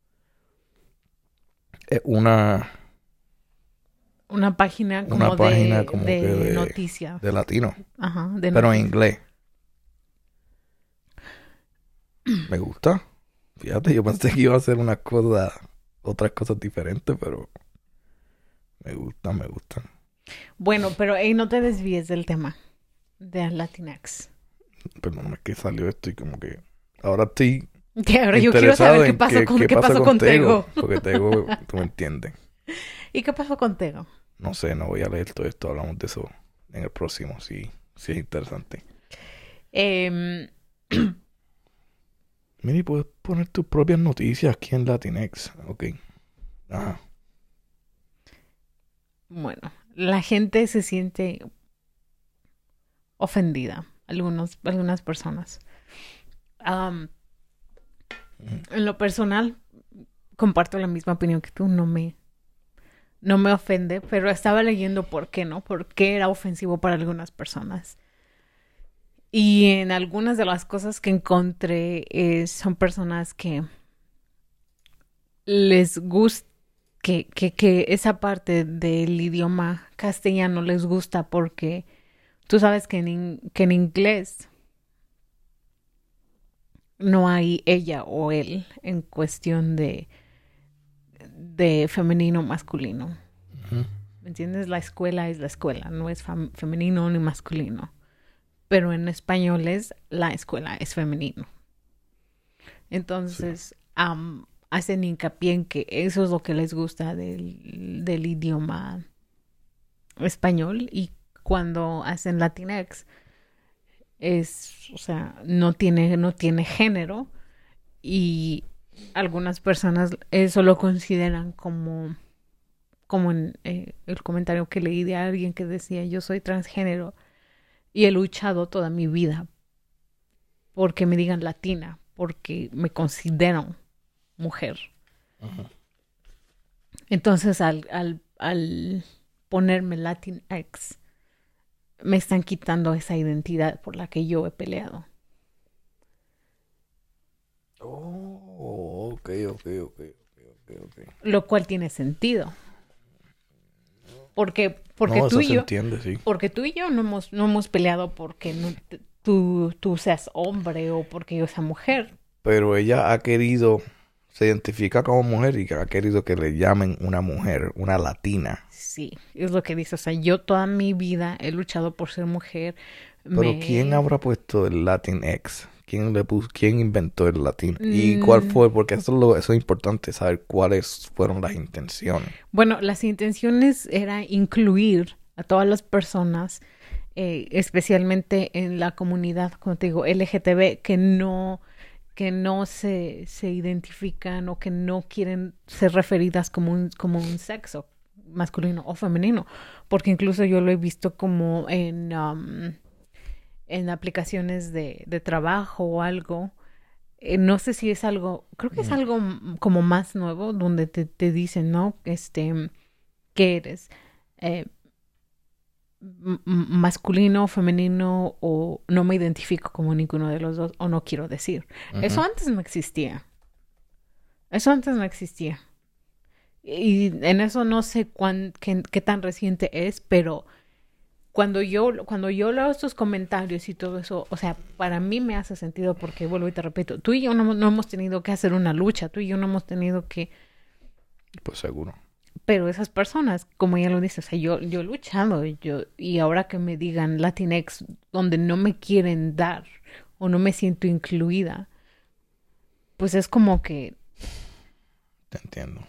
Una página como una página de, como de que de noticias. de latino, Ajá, de pero en noticias. inglés. Me gusta. Fíjate, yo pensé que iba a hacer otras cosas diferentes, pero me gustan. Bueno, pero no te desvíes del tema de Latinx. Perdón, es que salió esto y como que ahora estoy Que ahora yo quiero interesado saber qué en pasó qué qué pasa pasó con Tego. porque Tego, tú me entiendes. ¿Y qué pasó con Tego? No sé, no voy a leer todo esto, hablamos de eso en el próximo, sí es interesante. Mira, y puedes poner tus propias noticias aquí en Latinx, ok. Ajá. Bueno, la gente se siente ofendida, algunas personas. En lo personal, comparto la misma opinión que tú, no me ofende, pero estaba leyendo por qué, ¿no? Por qué era ofensivo para algunas personas. Y en algunas de las cosas que encontré son personas que les gusta que esa parte del idioma castellano les gusta porque tú sabes que en inglés no hay ella o él en cuestión de femenino o masculino. Ujú. ¿Me entiendes? La escuela es la escuela, no es femenino ni masculino. Pero en español la escuela es femenino. Entonces, hacen hincapié en que eso es lo que les gusta del idioma español. Y cuando hacen Latinx, o sea, no tiene género. Y algunas personas eso lo consideran como en el comentario que leí de alguien que decía, yo soy transgénero y he luchado toda mi vida porque me digan latina, porque me considero mujer. Ajá. Entonces al ponerme Latinx me están quitando esa identidad por la que yo he peleado. Oh, ok. Lo cual tiene sentido. Porque No, tú eso y se yo, entiende, sí. porque tú y yo no hemos peleado porque tú seas hombre o porque yo sea mujer. Pero ella ha querido, se identifica como mujer y ha querido que le llamen una mujer, una latina. Sí, es lo que dice. O sea, yo toda mi vida he luchado por ser mujer. Pero ¿quién habrá puesto el Latinx? ¿Quién inventó el latín? ¿Y cuál fue? Porque eso es importante, saber cuáles fueron las intenciones. Bueno, las intenciones era incluir a todas las personas, especialmente en la comunidad, como te digo, LGTB, que no se identifican o que no quieren ser referidas como un sexo masculino o femenino. Porque incluso yo lo he visto como en aplicaciones de trabajo o algo. No sé si es algo, creo que es algo como más nuevo, donde te dicen, ¿no? ¿Qué eres? Masculino, femenino, o no me identifico como ninguno de los dos, o no quiero decir. Eso antes no existía. Y en eso no sé qué tan reciente es, pero cuando yo leo estos comentarios y todo eso, o sea, para mí me hace sentido porque, vuelvo y te repito, tú y yo no hemos tenido que hacer una lucha, tú y yo no hemos tenido que... Pues seguro. Pero esas personas, como ya lo dices, o sea, yo he luchado y ahora que me digan Latinx, donde no me quieren dar o no me siento incluida, pues es como que... Te entiendo.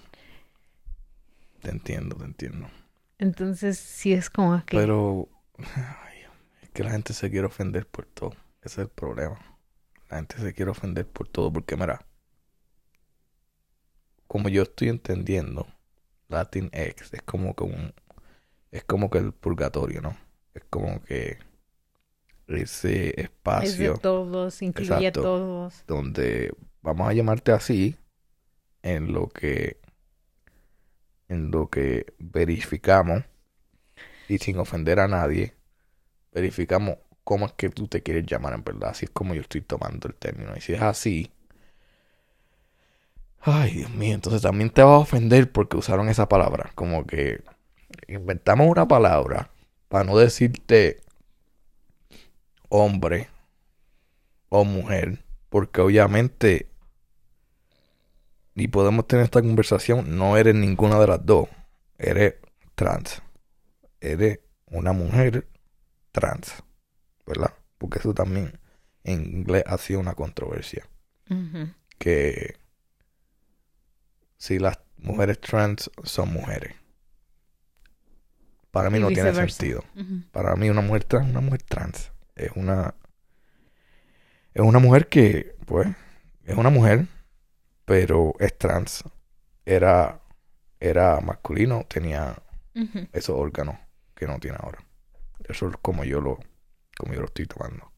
Entonces sí es como que... Pero ay, es que la gente se quiere ofender por todo. Ese es el problema. La gente se quiere ofender por todo. Porque mira, como yo estoy entendiendo, Latinx es como que el purgatorio, ¿no? Es como que ese espacio. Es de todos, incluye a todos. Donde vamos a llamarte así en lo que verificamos, y sin ofender a nadie, verificamos cómo es que tú te quieres llamar en verdad. Así es como yo estoy tomando el término. Y si es así, ay, Dios mío, entonces también te vas a ofender porque usaron esa palabra. Como que inventamos una palabra para no decirte hombre o mujer, porque obviamente, y podemos tener esta conversación, no eres ninguna de las dos. Eres trans. Eres una mujer trans, ¿verdad? Porque eso también en inglés ha sido una controversia. Uh-huh. Que si las mujeres trans son mujeres. Para mí no tiene sentido. Uh-huh. Para mí una mujer trans es una mujer que, pues, es una mujer, pero es trans. Era masculino, tenía Uh-huh. esos órganos que no tiene ahora. Eso es como yo lo estoy tomando.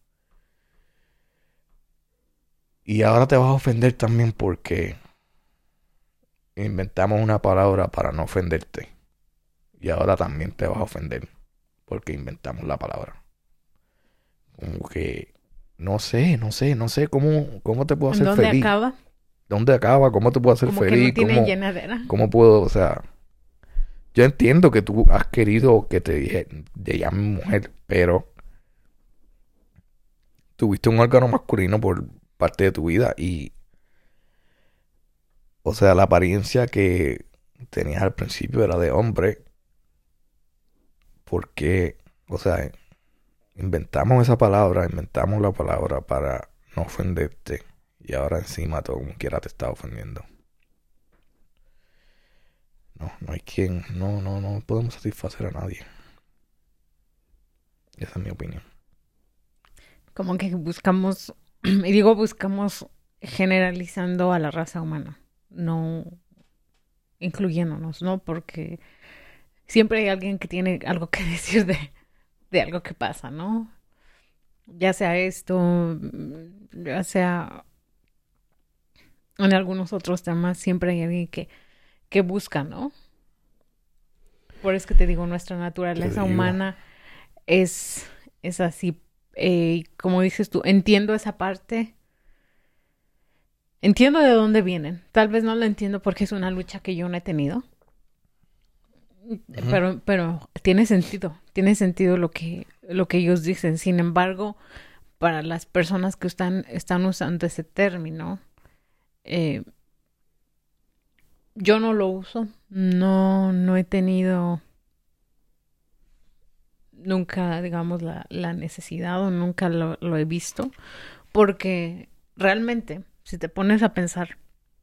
Y ahora te vas a ofender también porque inventamos una palabra para no ofenderte. Y ahora también te vas a ofender porque inventamos la palabra. Como que no sé cómo te puedo hacer ¿Dónde feliz. acaba? ¿Dónde acaba? ¿Cómo te puedo hacer Como feliz? que no tiene llenadera. ¿Cómo puedo, o sea, yo entiendo que tú has querido que te llamen mujer, pero tuviste un órgano masculino por parte de tu vida y, o sea, la apariencia que tenías al principio era de hombre, porque, o sea, inventamos la palabra para no ofenderte y ahora encima todo como quiera te está ofendiendo. No hay quien, no podemos satisfacer a nadie. Esa es mi opinión. Como que buscamos, y digo buscamos generalizando a la raza humana, no incluyéndonos, ¿no? Porque siempre hay alguien que tiene algo que decir de algo que pasa, ¿no? Ya sea esto, ya sea en algunos otros temas, siempre hay alguien que busca, ¿no? Por eso que te digo, nuestra naturaleza humana es así. Como dices tú, entiendo esa parte. Entiendo de dónde vienen. Tal vez no lo entiendo porque es una lucha que yo no he tenido. Pero tiene sentido. Tiene sentido lo que ellos dicen. Sin embargo, para las personas que están usando ese término, yo no lo uso. No he tenido nunca, digamos, la necesidad o nunca lo he visto. Porque realmente, si te pones a pensar,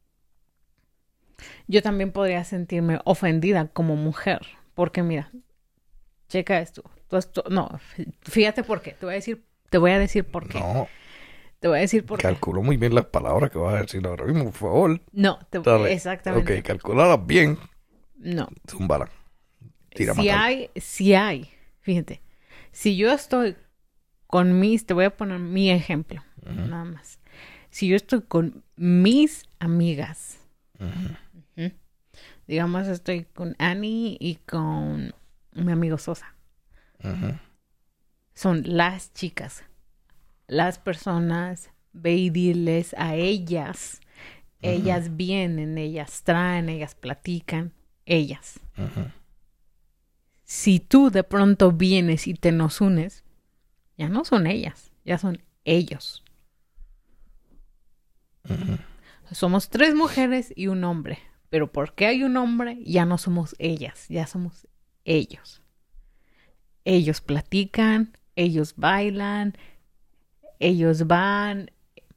yo también podría sentirme ofendida como mujer. Porque mira, checa esto. No, fíjate por qué. Te voy a decir por qué. No, Te voy a decir por qué. calculo muy bien las palabras que vas a decir ahora mismo, por favor. No, Dale. exactamente. Ok, calculalas bien. No. Zúmbala. Tira Si hay, fíjate, si yo estoy te voy a poner mi ejemplo, nada más. Si yo estoy con mis amigas, digamos, estoy con Annie y con mi amigo Sosa. Son las chicas, las personas, ve y diles a ellas. Ellas vienen, ellas traen, ellas platican, ellas. Si tú de pronto vienes y te nos unes, ya no son ellas, ya son ellos. Somos 3 mujeres y un hombre. Pero porque hay un hombre, ya no somos ellas, ya somos ellos. Ellos platican, ellos bailan, ellos van.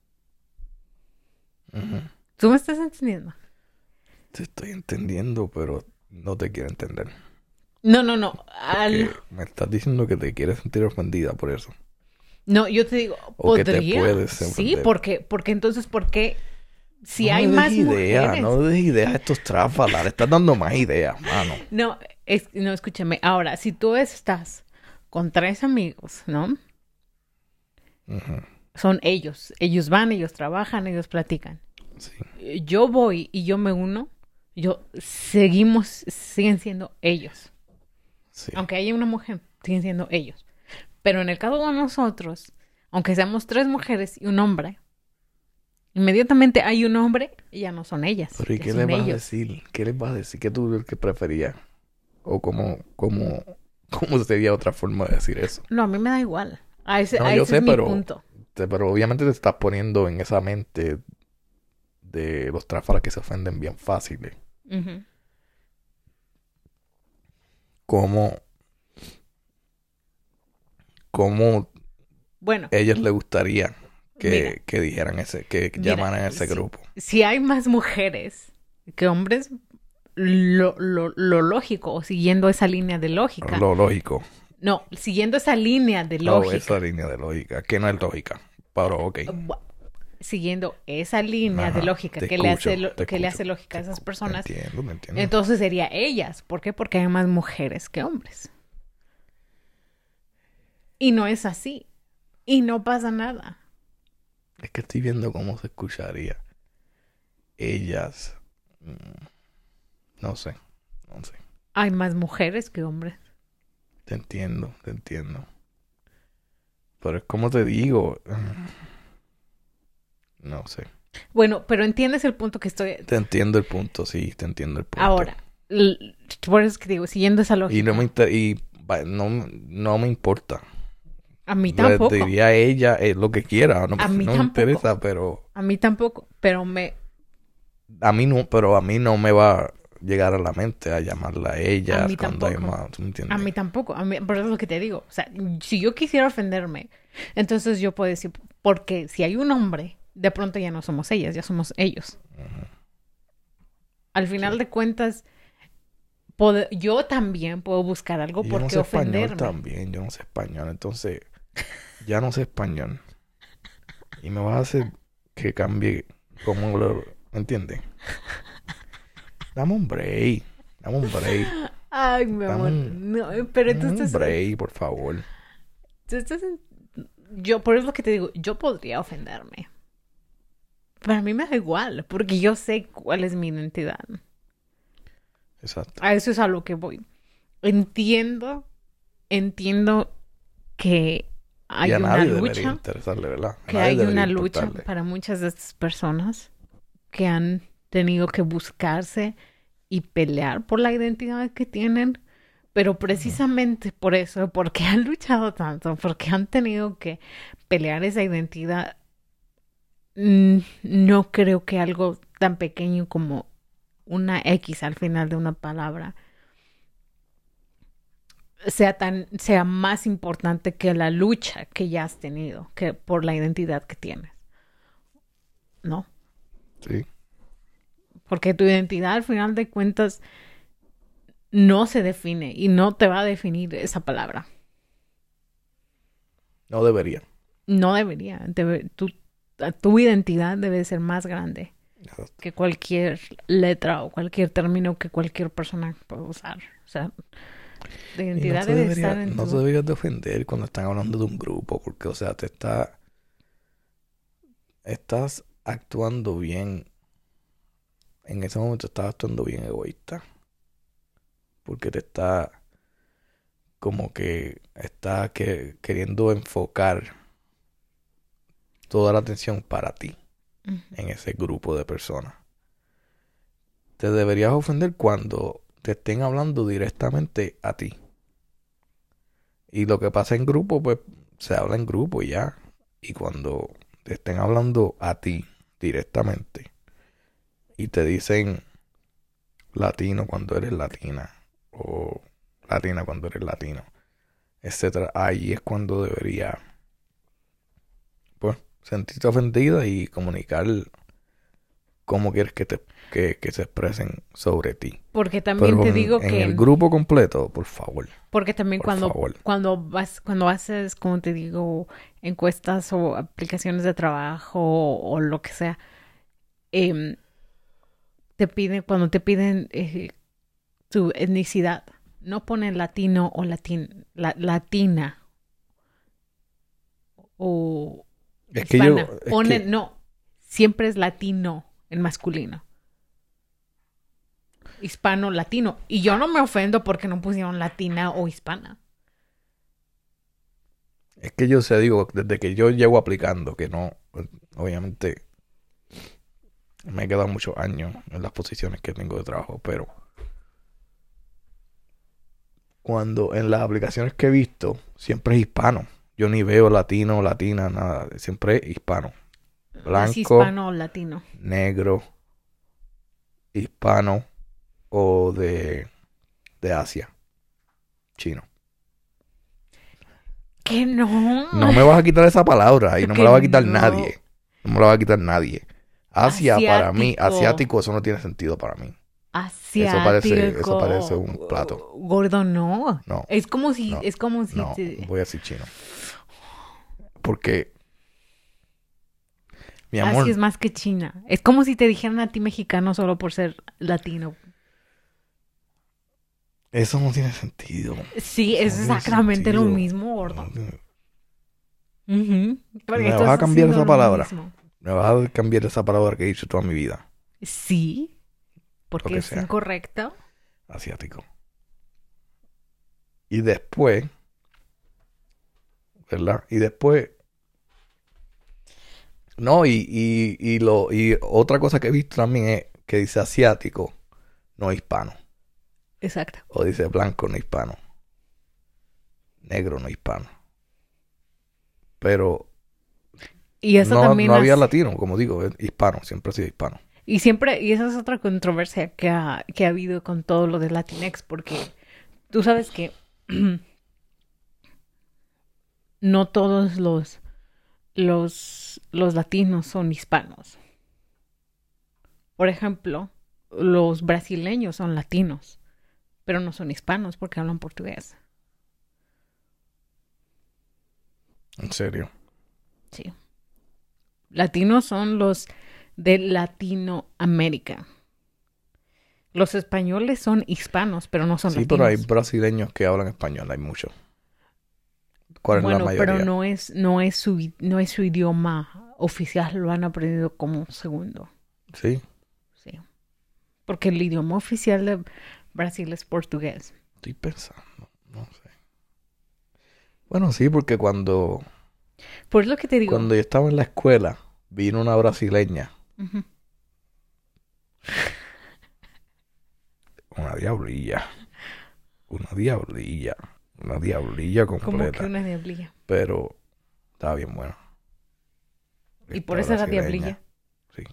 ¿Tú me estás entendiendo? Te estoy entendiendo, pero no te quiero entender. No. Me estás diciendo que te quieres sentir ofendida por eso. No, yo te digo, O que te podría. puedes Sí, ofender. porque entonces, ¿por qué? Si No hay me des más ideas, mujeres. no des ideas a estos tráfalas. Le estás dando más ideas, mano. No, escúchame. Ahora, si tú estás con 3 amigos, ¿no? Son ellos. Ellos van, ellos trabajan, ellos platican. Sí. Yo voy y yo me uno. Siguen siendo ellos. Sí. Aunque haya una mujer, siguen siendo ellos. Pero en el caso de nosotros, aunque seamos 3 mujeres y un hombre, inmediatamente hay un hombre y ya no son ellas. Pero ¿y ya qué son les vas a ellos. decir? ¿Qué les vas a decir? ¿Qué tú que preferías? ¿O cómo sería otra forma de decir eso? No, a mí me da igual. No, Ese yo sé, es mi pero punto. Pero obviamente te estás poniendo en esa mente de los tráfalas que se ofenden bien fáciles. Ujú. ¿Cómo Bueno, ellos les gustaría mira, que dijeran que mira, llamaran a ese grupo? si hay más mujeres que hombres, lo lógico, o siguiendo esa línea de lógica. Lo lógico. No, siguiendo esa línea de No, lógica. esa línea de lógica, que no es lógica. Pero ok. Siguiendo esa línea de Ajá, lógica te que escucho, le hace lógica a esas personas, Te entiendo. entonces sería ellas. ¿Por qué? Porque hay más mujeres que hombres. Y no es así. Y no pasa nada. Es que estoy viendo cómo se escucharía. Ellas. No sé. Hay más mujeres que hombres. Te entiendo. Pero es como te digo. No sé. Bueno, pero entiendes el punto que estoy... Te entiendo el punto, sí, te entiendo el punto. Ahora, por eso es que digo, siguiendo esa lógica. Y no me importa. A mí tampoco. Le diría a ella lo que quiera. No, A mí no me tampoco. interesa, pero... A mí tampoco, pero A mí no me va a llegar a la mente a llamarla a ella A mí cuando hay tampoco. más. ¿Tú me entiendes? A mí tampoco. Por eso es lo que te digo. O sea, si yo quisiera ofenderme, entonces yo puedo decir, porque si hay un hombre, de pronto ya no somos ellas, ya somos ellos. Al final de cuentas, yo también puedo buscar algo Y por yo no qué sé español ofenderme. también. Yo no sé español. Entonces, ya no sé español. Y me vas a hacer que cambie como lo... ¿Me entiendes? Dame un break. Ay, mi amor. No, pero tú Dame un estás... break, por favor. Por eso es lo que te digo, yo podría ofenderme. Para mí me da igual, porque yo sé cuál es mi identidad. Exacto. A eso es a lo que voy. Entiendo que hay Y a una nadie debería lucha, interesarle, ¿verdad? A que nadie hay debería una lucha importarle. para muchas de estas personas que han tenido que buscarse y pelear por la identidad que tienen, Pero precisamente por eso, porque han luchado tanto, porque han tenido que pelear esa identidad, no creo que algo tan pequeño como una X al final de una palabra sea más importante que la lucha que ya has tenido, que por la identidad que tienes. ¿No? Sí. Porque tu identidad al final de cuentas no se define y no te va a definir esa palabra. No debería. No debería. Tu identidad debe ser más grande que cualquier letra o cualquier término que cualquier persona pueda usar. O sea, la identidad debe estar en no te deberías de ofender cuando están hablando de un grupo, porque, o sea, estás actuando bien. En ese momento estás actuando bien egoísta. Porque te está como que está queriendo enfocar toda la atención para ti en ese grupo de personas. Te deberías ofender cuando te estén hablando directamente a ti. Y lo que pasa en grupo, pues se habla en grupo y ya. Y cuando te estén hablando a ti directamente y te dicen latino cuando eres latina o latina cuando eres latino, etcétera, ahí es cuando debería, pues, sentirte ofendida y comunicar cómo quieres que se expresen sobre ti. Porque también Pero te digo en que el grupo completo, por favor. porque también Por favor. cuando haces, como te digo, encuestas o aplicaciones de trabajo o lo que sea, cuando te piden tu etnicidad, no ponen latino o latina o Es que hispana. yo, No, siempre es latino en masculino. Hispano, latino. Y yo no me ofendo porque no pusieron latina o hispana. es que yo digo, desde que yo llevo aplicando, que no, obviamente, me he quedado muchos años en las posiciones que tengo de trabajo, pero cuando en las aplicaciones que he visto, siempre es hispano. Yo ni veo latino, latina, nada. Siempre es hispano. Blanco, Es hispano o latino. negro, hispano o de Asia, chino. ¿Qué no? No me vas a quitar esa palabra y no me Que la va a quitar no. nadie. No me la va a quitar nadie. Asia para mí, Asiático. asiático, eso no tiene sentido para mí. Asiático. Eso parece un plato. Gordo, no. No. Es como si, No. es como si No, voy a decir chino. Porque, mi amor, Asia es más que China. Es como si te dijeran a ti mexicano solo por ser latino. eso no tiene sentido. Sí, es No tiene exactamente lo sentido. mismo, gordo. No tiene- Ujú. Porque ¿Me tú vas a estás cambiar haciendo esa lo palabra? mismo. Me vas a cambiar esa palabra que he dicho toda mi vida. Sí, porque Lo que es sea. incorrecto. Asiático. Y después, ¿verdad? Y después, no, y otra cosa que he visto también es que dice asiático, no hispano. Exacto. O dice blanco, no hispano. Negro, no hispano. Pero Y eso no, también no había hace- latino, como digo, es hispano, siempre ha sido hispano. Y esa es otra controversia que ha habido con todo lo de Latinx, porque tú sabes que no todos los latinos son hispanos. Por ejemplo, los brasileños son latinos, pero no son hispanos porque hablan portugués. En serio. Sí. Latinos son los de Latinoamérica. Los españoles son hispanos, pero no son Sí, latinos. pero hay brasileños que hablan español, hay muchos. ¿Cuál es la Bueno, mayoría? pero no es su idioma oficial, lo han aprendido como segundo. Sí, Sí. Porque el idioma oficial de Brasil es portugués. estoy pensando, no sé. Bueno, sí, porque cuando Por lo que te digo. yo estaba en la escuela, vino una brasileña, Ujú. una diablilla, una diablilla. Una diablilla Como completa. que una diablilla. Pero estaba bien buena. Y por Esta eso era brasileña. diablilla. Sí.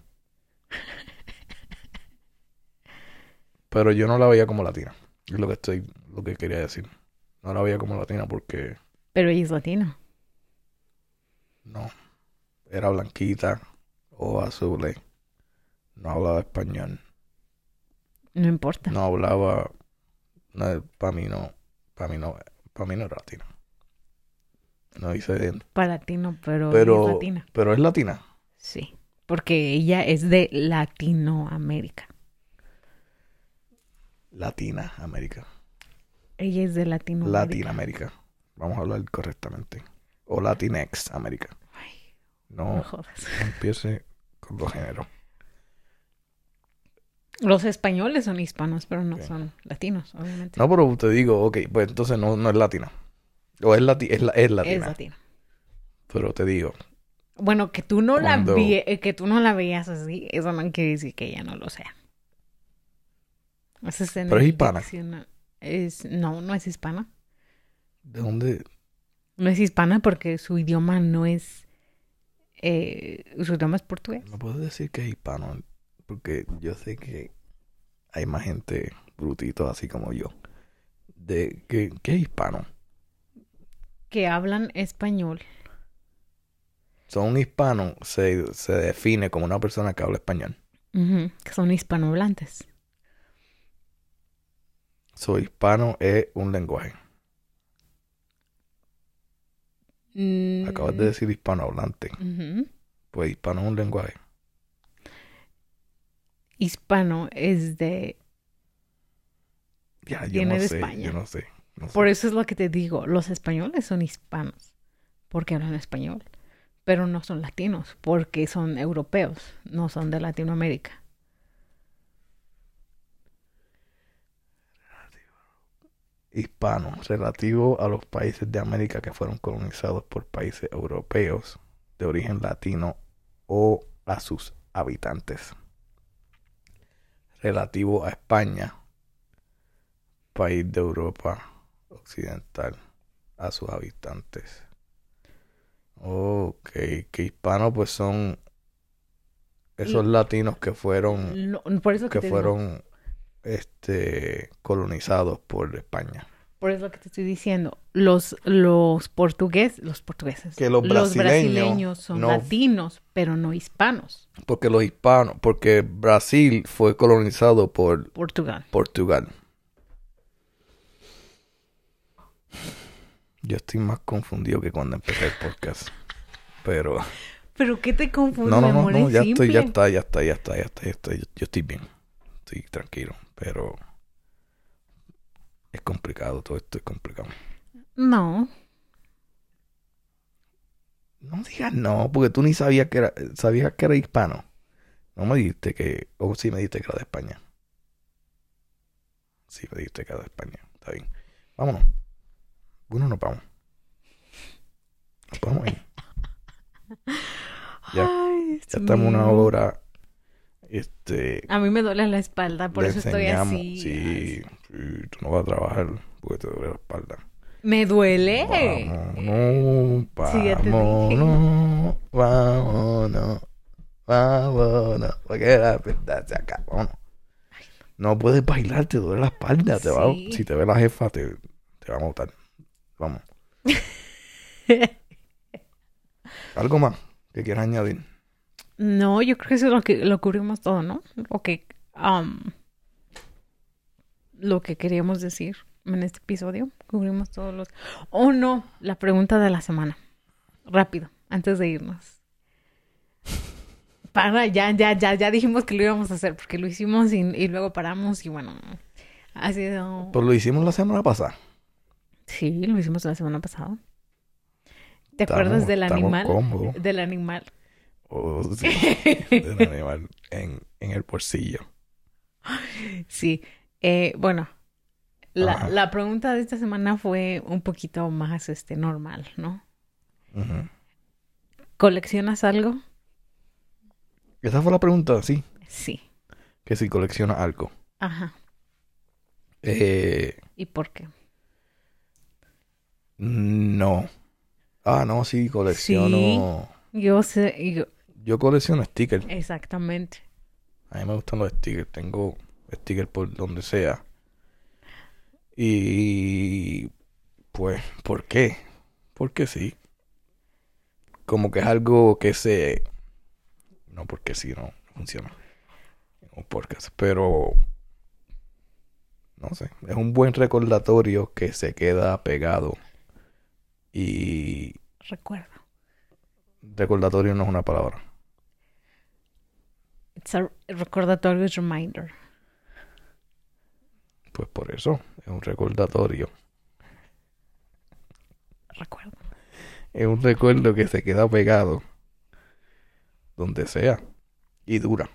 Pero yo no la veía como latina. Es lo que quería decir. No la veía como latina porque Pero ella es latina. no. Era blanquita o azul. No hablaba español. No importa. No hablaba. No, para mí no. Para mí no era latina. No hice. Para ti no, pero ella es latina. Pero es latina. Sí. Porque ella es de Latinoamérica. Latina América. Ella es de Latinoamérica. Latinoamérica. Vamos a hablar correctamente. O Latinex América. Ay, No, no jodas. no empiece con los géneros. Los españoles son hispanos, pero no Ok. son latinos, obviamente. No, pero te digo, ok, pues entonces no es latina. O es latina. Es latina. latina. Pero te digo, Bueno, que tú no Cuando- que tú no la veas así, eso no quiere decir que ella no lo sea. Eso en Pero es el hispana. No, no es hispana. ¿de dónde? No es hispana porque su idioma no es... su idioma es portugués. No puedo decir que es hispano, porque yo sé que hay más gente brutito así como yo. ¿Qué es hispano? Que hablan español. Son hispanos, se define como una persona que habla español. Ujú, que son hispanohablantes. Soy hispano es un lenguaje. Acabas de decir hispanohablante. Ujú. Pues hispano es un lenguaje. Hispano es de... Ya, yo Viene no de sé, España. yo no sé. No sé. Por eso es lo que te digo. Los españoles son hispanos porque hablan español. Pero no son latinos porque son europeos. No son de Latinoamérica. Hispano, relativo a los países de América que fueron colonizados por países europeos de origen latino o a sus habitantes. Relativo a España, país de Europa occidental, a sus habitantes. Ok, que hispanos pues son esos latinos que fueron No, por eso que te digo. colonizados por España. Por eso que te estoy diciendo. Los portugueses. Que los brasileños son no- latinos, pero no hispanos. Porque los hispanos, porque Brasil fue colonizado por Portugal. Portugal. Yo estoy más confundido que cuando empecé el podcast. Pero ¿Pero qué te confunde, no, amor? Es ya simple. estoy. Yo estoy bien. Estoy tranquilo, pero es complicado, todo esto es complicado. No. No digas no, porque tú ni sabías que era hispano. No me dijiste que, o sí me dijiste que era de España. Sí me dijiste que era de España, está bien. Vámonos. Bueno, nos vamos. Nos vamos ahí. Ya, Ay, Dios ya estamos una mío. hora. A mí me duele la espalda, por le eso estoy enseñamos. así. Sí, tú no vas a trabajar porque te duele la espalda. Me duele. Vámonos, Sí, ya te dije. vámonos, porque la verdad se acaba. Vámonos. No puedes bailar, te duele la espalda. Sí. Si te ve la jefa, te va a matar. Vamos. ¿Algo más que quieras añadir? No, yo creo que eso es lo cubrimos todo, ¿no? Lo que queríamos decir en este episodio. Cubrimos todos los... Oh, no, la pregunta de la semana. Rápido, antes de irnos. Ya dijimos que lo íbamos a hacer porque lo hicimos y luego paramos y bueno, ha sido... Pues lo hicimos la semana pasada. Sí, lo hicimos la semana pasada. ¿Te acuerdas del estamos animal? cómodos. Del animal. Oh, sí, del animal en el bolsillo. Sí. Bueno, Ajá. la pregunta de esta semana fue un poquito más normal, ¿no? Ujú. ¿Coleccionas algo? Esa fue la pregunta, sí. Sí. Que si colecciona algo. Ajá. Eh, ¿Y por qué? No. Ah, no, sí, colecciono. Yo sé, Yo colecciono stickers. exactamente. A mí me gustan los stickers. Tengo stickers por donde sea. Y pues, ¿por qué? Porque sí. Como que es algo que se... No, porque sí, no funciona. Un podcast. Pero, no sé. Es un buen recordatorio que se queda pegado. Y Recuerdo. recordatorio no es una palabra. It's a recordatorio reminder. Pues por eso, es un recordatorio. Recuerdo. Es un recuerdo que se queda pegado donde sea y dura.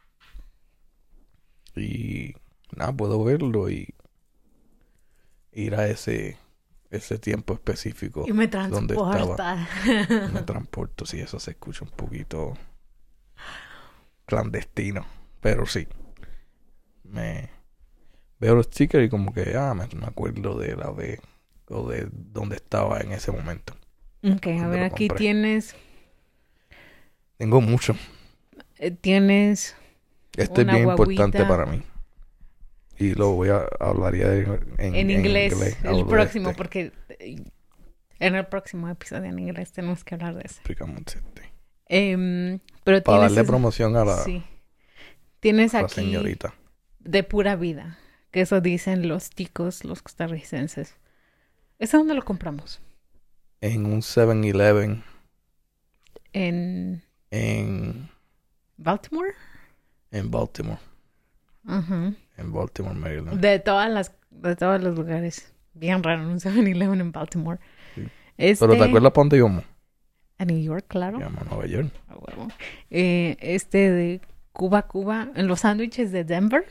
Y nada, puedo verlo y ir a ese tiempo específico Y me donde estaba. transporta. Me transporto, si eso se escucha un poquito clandestino, pero sí. Me veo los stickers y como que me acuerdo de la vez o de dónde estaba en ese momento. Ok, a Cuando ver, lo aquí compré. tienes Mucho. Tienes Este es una bien guaguita. importante para mí. Y lo voy a hablaría En inglés, el hablo de próximo, este. porque en el próximo episodio en inglés tenemos que hablar de ese. Explicamos este. Pero Para tienes darle promoción a la, sí. Tienes a la aquí señorita. de pura vida, que eso dicen los ticos, los costarricenses. ¿Ese dónde lo compramos? En un 7-Eleven En en Baltimore. Baltimore. Ujú. En Baltimore, Maryland. De todos los lugares. Bien raro, un 7-Eleven en Baltimore. Sí. Este, Pero ¿te acuerdas para dónde íbamos? a New York, claro. Íbamos a Nueva York. A huevo. Este de Cuba, en los sándwiches de Denver.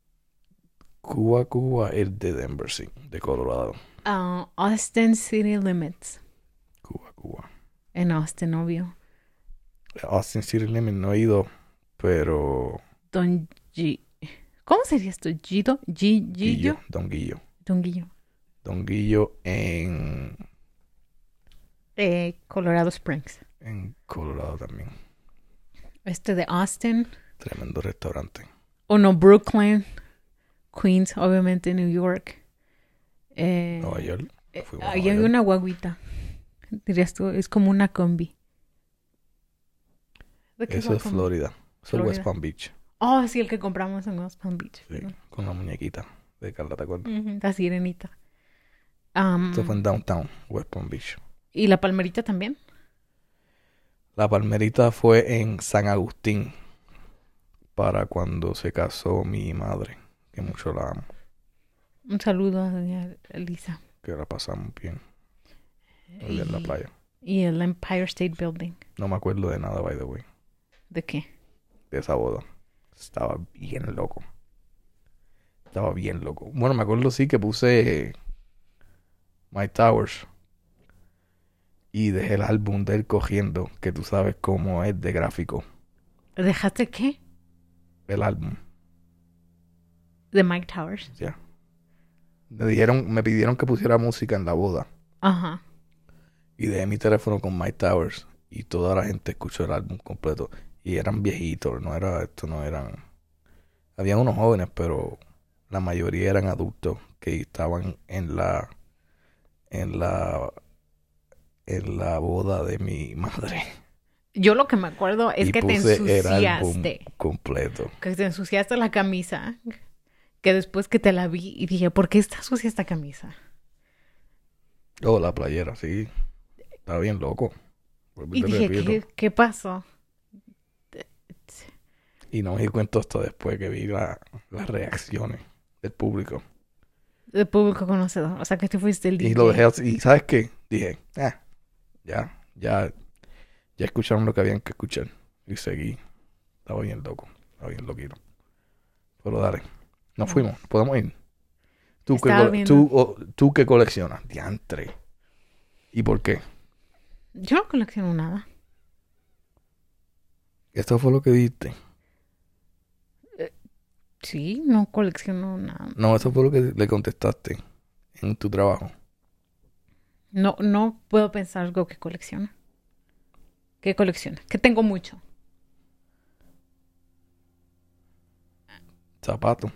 Cuba es de Denver, sí. De Colorado. Austin City Limits. Cuba. En Austin, obvio. Austin City Limits no he ido, pero... Don G. ¿Cómo sería esto? ¿Gillo? Don Guillo. Don Guillo. Don Guillo en Colorado Springs. Colorado también. Este de Austin. Tremendo restaurante. O no, Brooklyn. Queens, obviamente, New York. Nueva York. Fuimos a Ahí Nueva hay York. una guaguita. Dirías tú, es como una combi. ¿De qué Eso es combi? Florida. Eso es Florida. West Palm Beach. Oh, sí, el que compramos en West Palm Beach. Sí, ¿No? con la muñequita de Carla, ¿te acuerdas? Ujú, la sirenita. Eso fue en Downtown, West Palm Beach. ¿Y la palmerita también? La palmerita fue en San Agustín para cuando se casó mi madre, que mucho la amo, Un saludo a doña Elisa. que la pasamos bien allá en la playa. Y el Empire State Building. No me acuerdo de nada, by the way, ¿De qué? de esa boda. Estaba bien loco. Bueno, me acuerdo sí que puse My Towers y dejé el álbum de él cogiendo, que tú sabes cómo es de gráfico. ¿Dejaste qué? El álbum, De Mike Towers. ya. Me pidieron que pusiera música en la boda. Ajá. Y dejé mi teléfono con My Towers y toda la gente escuchó el álbum completo. Y eran viejitos, no eran... Habían unos jóvenes, pero la mayoría eran adultos que estaban en la boda de mi madre. Yo lo que me acuerdo es Y que te puse el álbum ensuciaste. completo. Que te ensuciaste la camisa. Que después que te la vi y dije, ¿por qué está sucia esta camisa? Oh, la playera, sí. Estaba bien loco. Vuelvo Y te dije, repito. ¿qué pasó? Y no me di cuenta hasta después que vi las reacciones del público. El público conocedor. O sea, que te fuiste el DJ. Y lo dejé así. ¿Y sabes qué? Dije, ya escucharon lo que habían que escuchar. Y seguí. Estaba bien loco. Estaba bien loquito. Pero dale. Nos fuimos. ¿Podemos ir? Estaba viendo. ¿Tú qué coleccionas? Diantre. ¿Y por qué? Yo no colecciono nada. Esto fue lo que dijiste. Sí, no colecciono nada. No, eso fue lo que le contestaste. en tu trabajo? No puedo pensar algo que colecciona. ¿Qué colecciona? Que tengo mucho. Zapatos.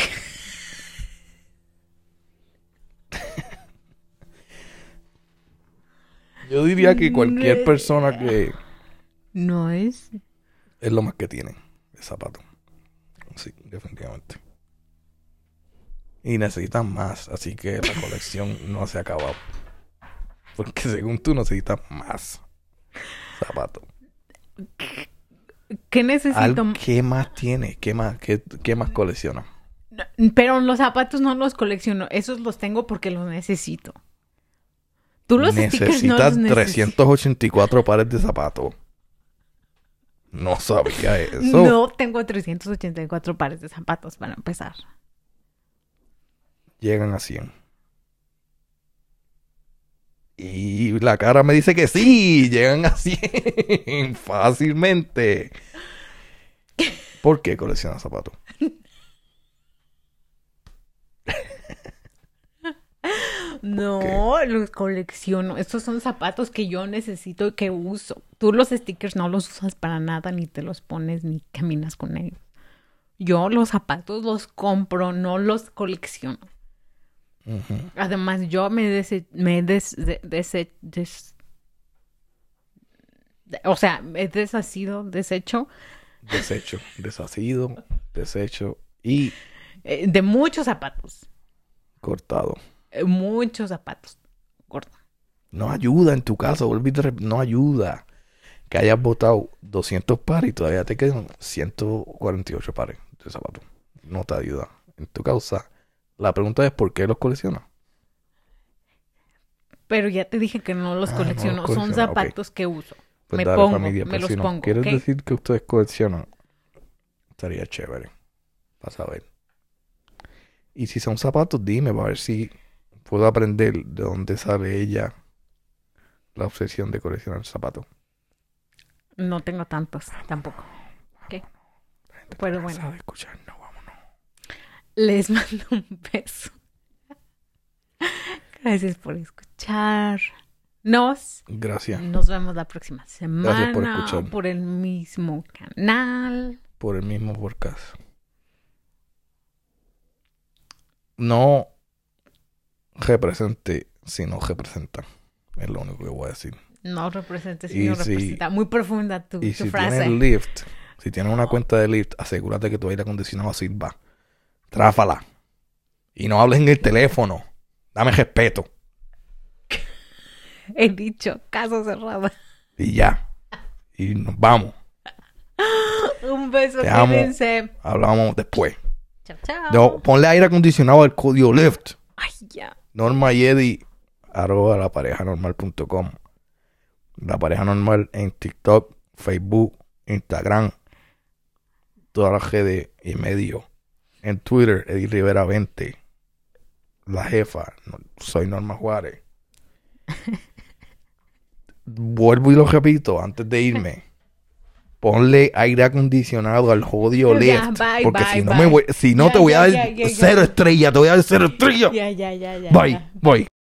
Yo diría que cualquier persona que No es. es lo más que tiene de zapatos. Sí, definitivamente. Y necesitan más, así que la colección no se ha acabado. Porque según tú necesitas más zapatos. ¿Qué necesito? ¿Qué más tiene? ¿Qué más colecciona? Pero los zapatos no los colecciono. Esos los tengo porque los necesito. Tú los stickers no Necesitas los necesitas. 384 pares de zapatos. No sabía eso. No tengo 384 pares de zapatos para empezar. Llegan a 100. Y la cara me dice que sí, llegan a 100 fácilmente. ¿Por qué coleccionas zapatos? No, los colecciono. Estos son zapatos que yo necesito y que uso. Tú los stickers no los usas para nada, ni te los pones, ni caminas con ellos. Yo los zapatos los compro, no los colecciono. Uh-huh. Además, yo o sea, me he deshecho Deshecho y de muchos zapatos. cortado. Muchos zapatos. Gordo. No ayuda en tu caso, no ayuda que hayas botado 200 pares y todavía te quedan 148 pares de zapatos. No te ayuda en tu causa. La pregunta es ¿por qué los coleccionas? Pero ya te dije que no los colecciono. no los Son colecciona, zapatos que uso. Pues me dale, pongo, familia, me pues los si no pongo. ¿quieres ¿ok? decir que ustedes coleccionan? Estaría chévere. Vas a ver. Y si son zapatos, dime, para ver si puedo aprender de dónde sale ella la obsesión de coleccionar zapatos. No tengo tantos tampoco. ¿Ok? Pero bueno. Sabe escuchar, no, vámonos. Les mando un beso. Gracias por escuchar. Nos Gracias vemos la próxima semana por escuchar. por el mismo canal. por el mismo podcast. No represente si no representa. Es lo único que voy a decir. No representa, Y sino si- representa. Muy profunda tu Y si frase. tienes Lyft, si tienes una cuenta de Lyft, asegúrate que tu aire acondicionado sirva. Tráfala. Y no hables en el teléfono. Dame respeto. He dicho, caso cerrado. Y ya. Y nos vamos. Un beso, Te amo. cuídense. Hablamos después. Chao, chao. No, ponle aire acondicionado al código Lyft. Ay, ya. Norma y Eddie, @laparejanormal.com. La Pareja Normal en TikTok, Facebook, Instagram, todas las redes y medio. En Twitter, Eddie Rivera 20. La jefa, soy Norma Juárez. Vuelvo y lo repito antes de irme. Ponle aire acondicionado al jodido Ya, Lyft. bye, Porque bye, si no, bye. si no Ya, te voy a ya, dar ya, ya, 0 estrellas, te voy a dar 0 estrellas. Ya. Bye, bye.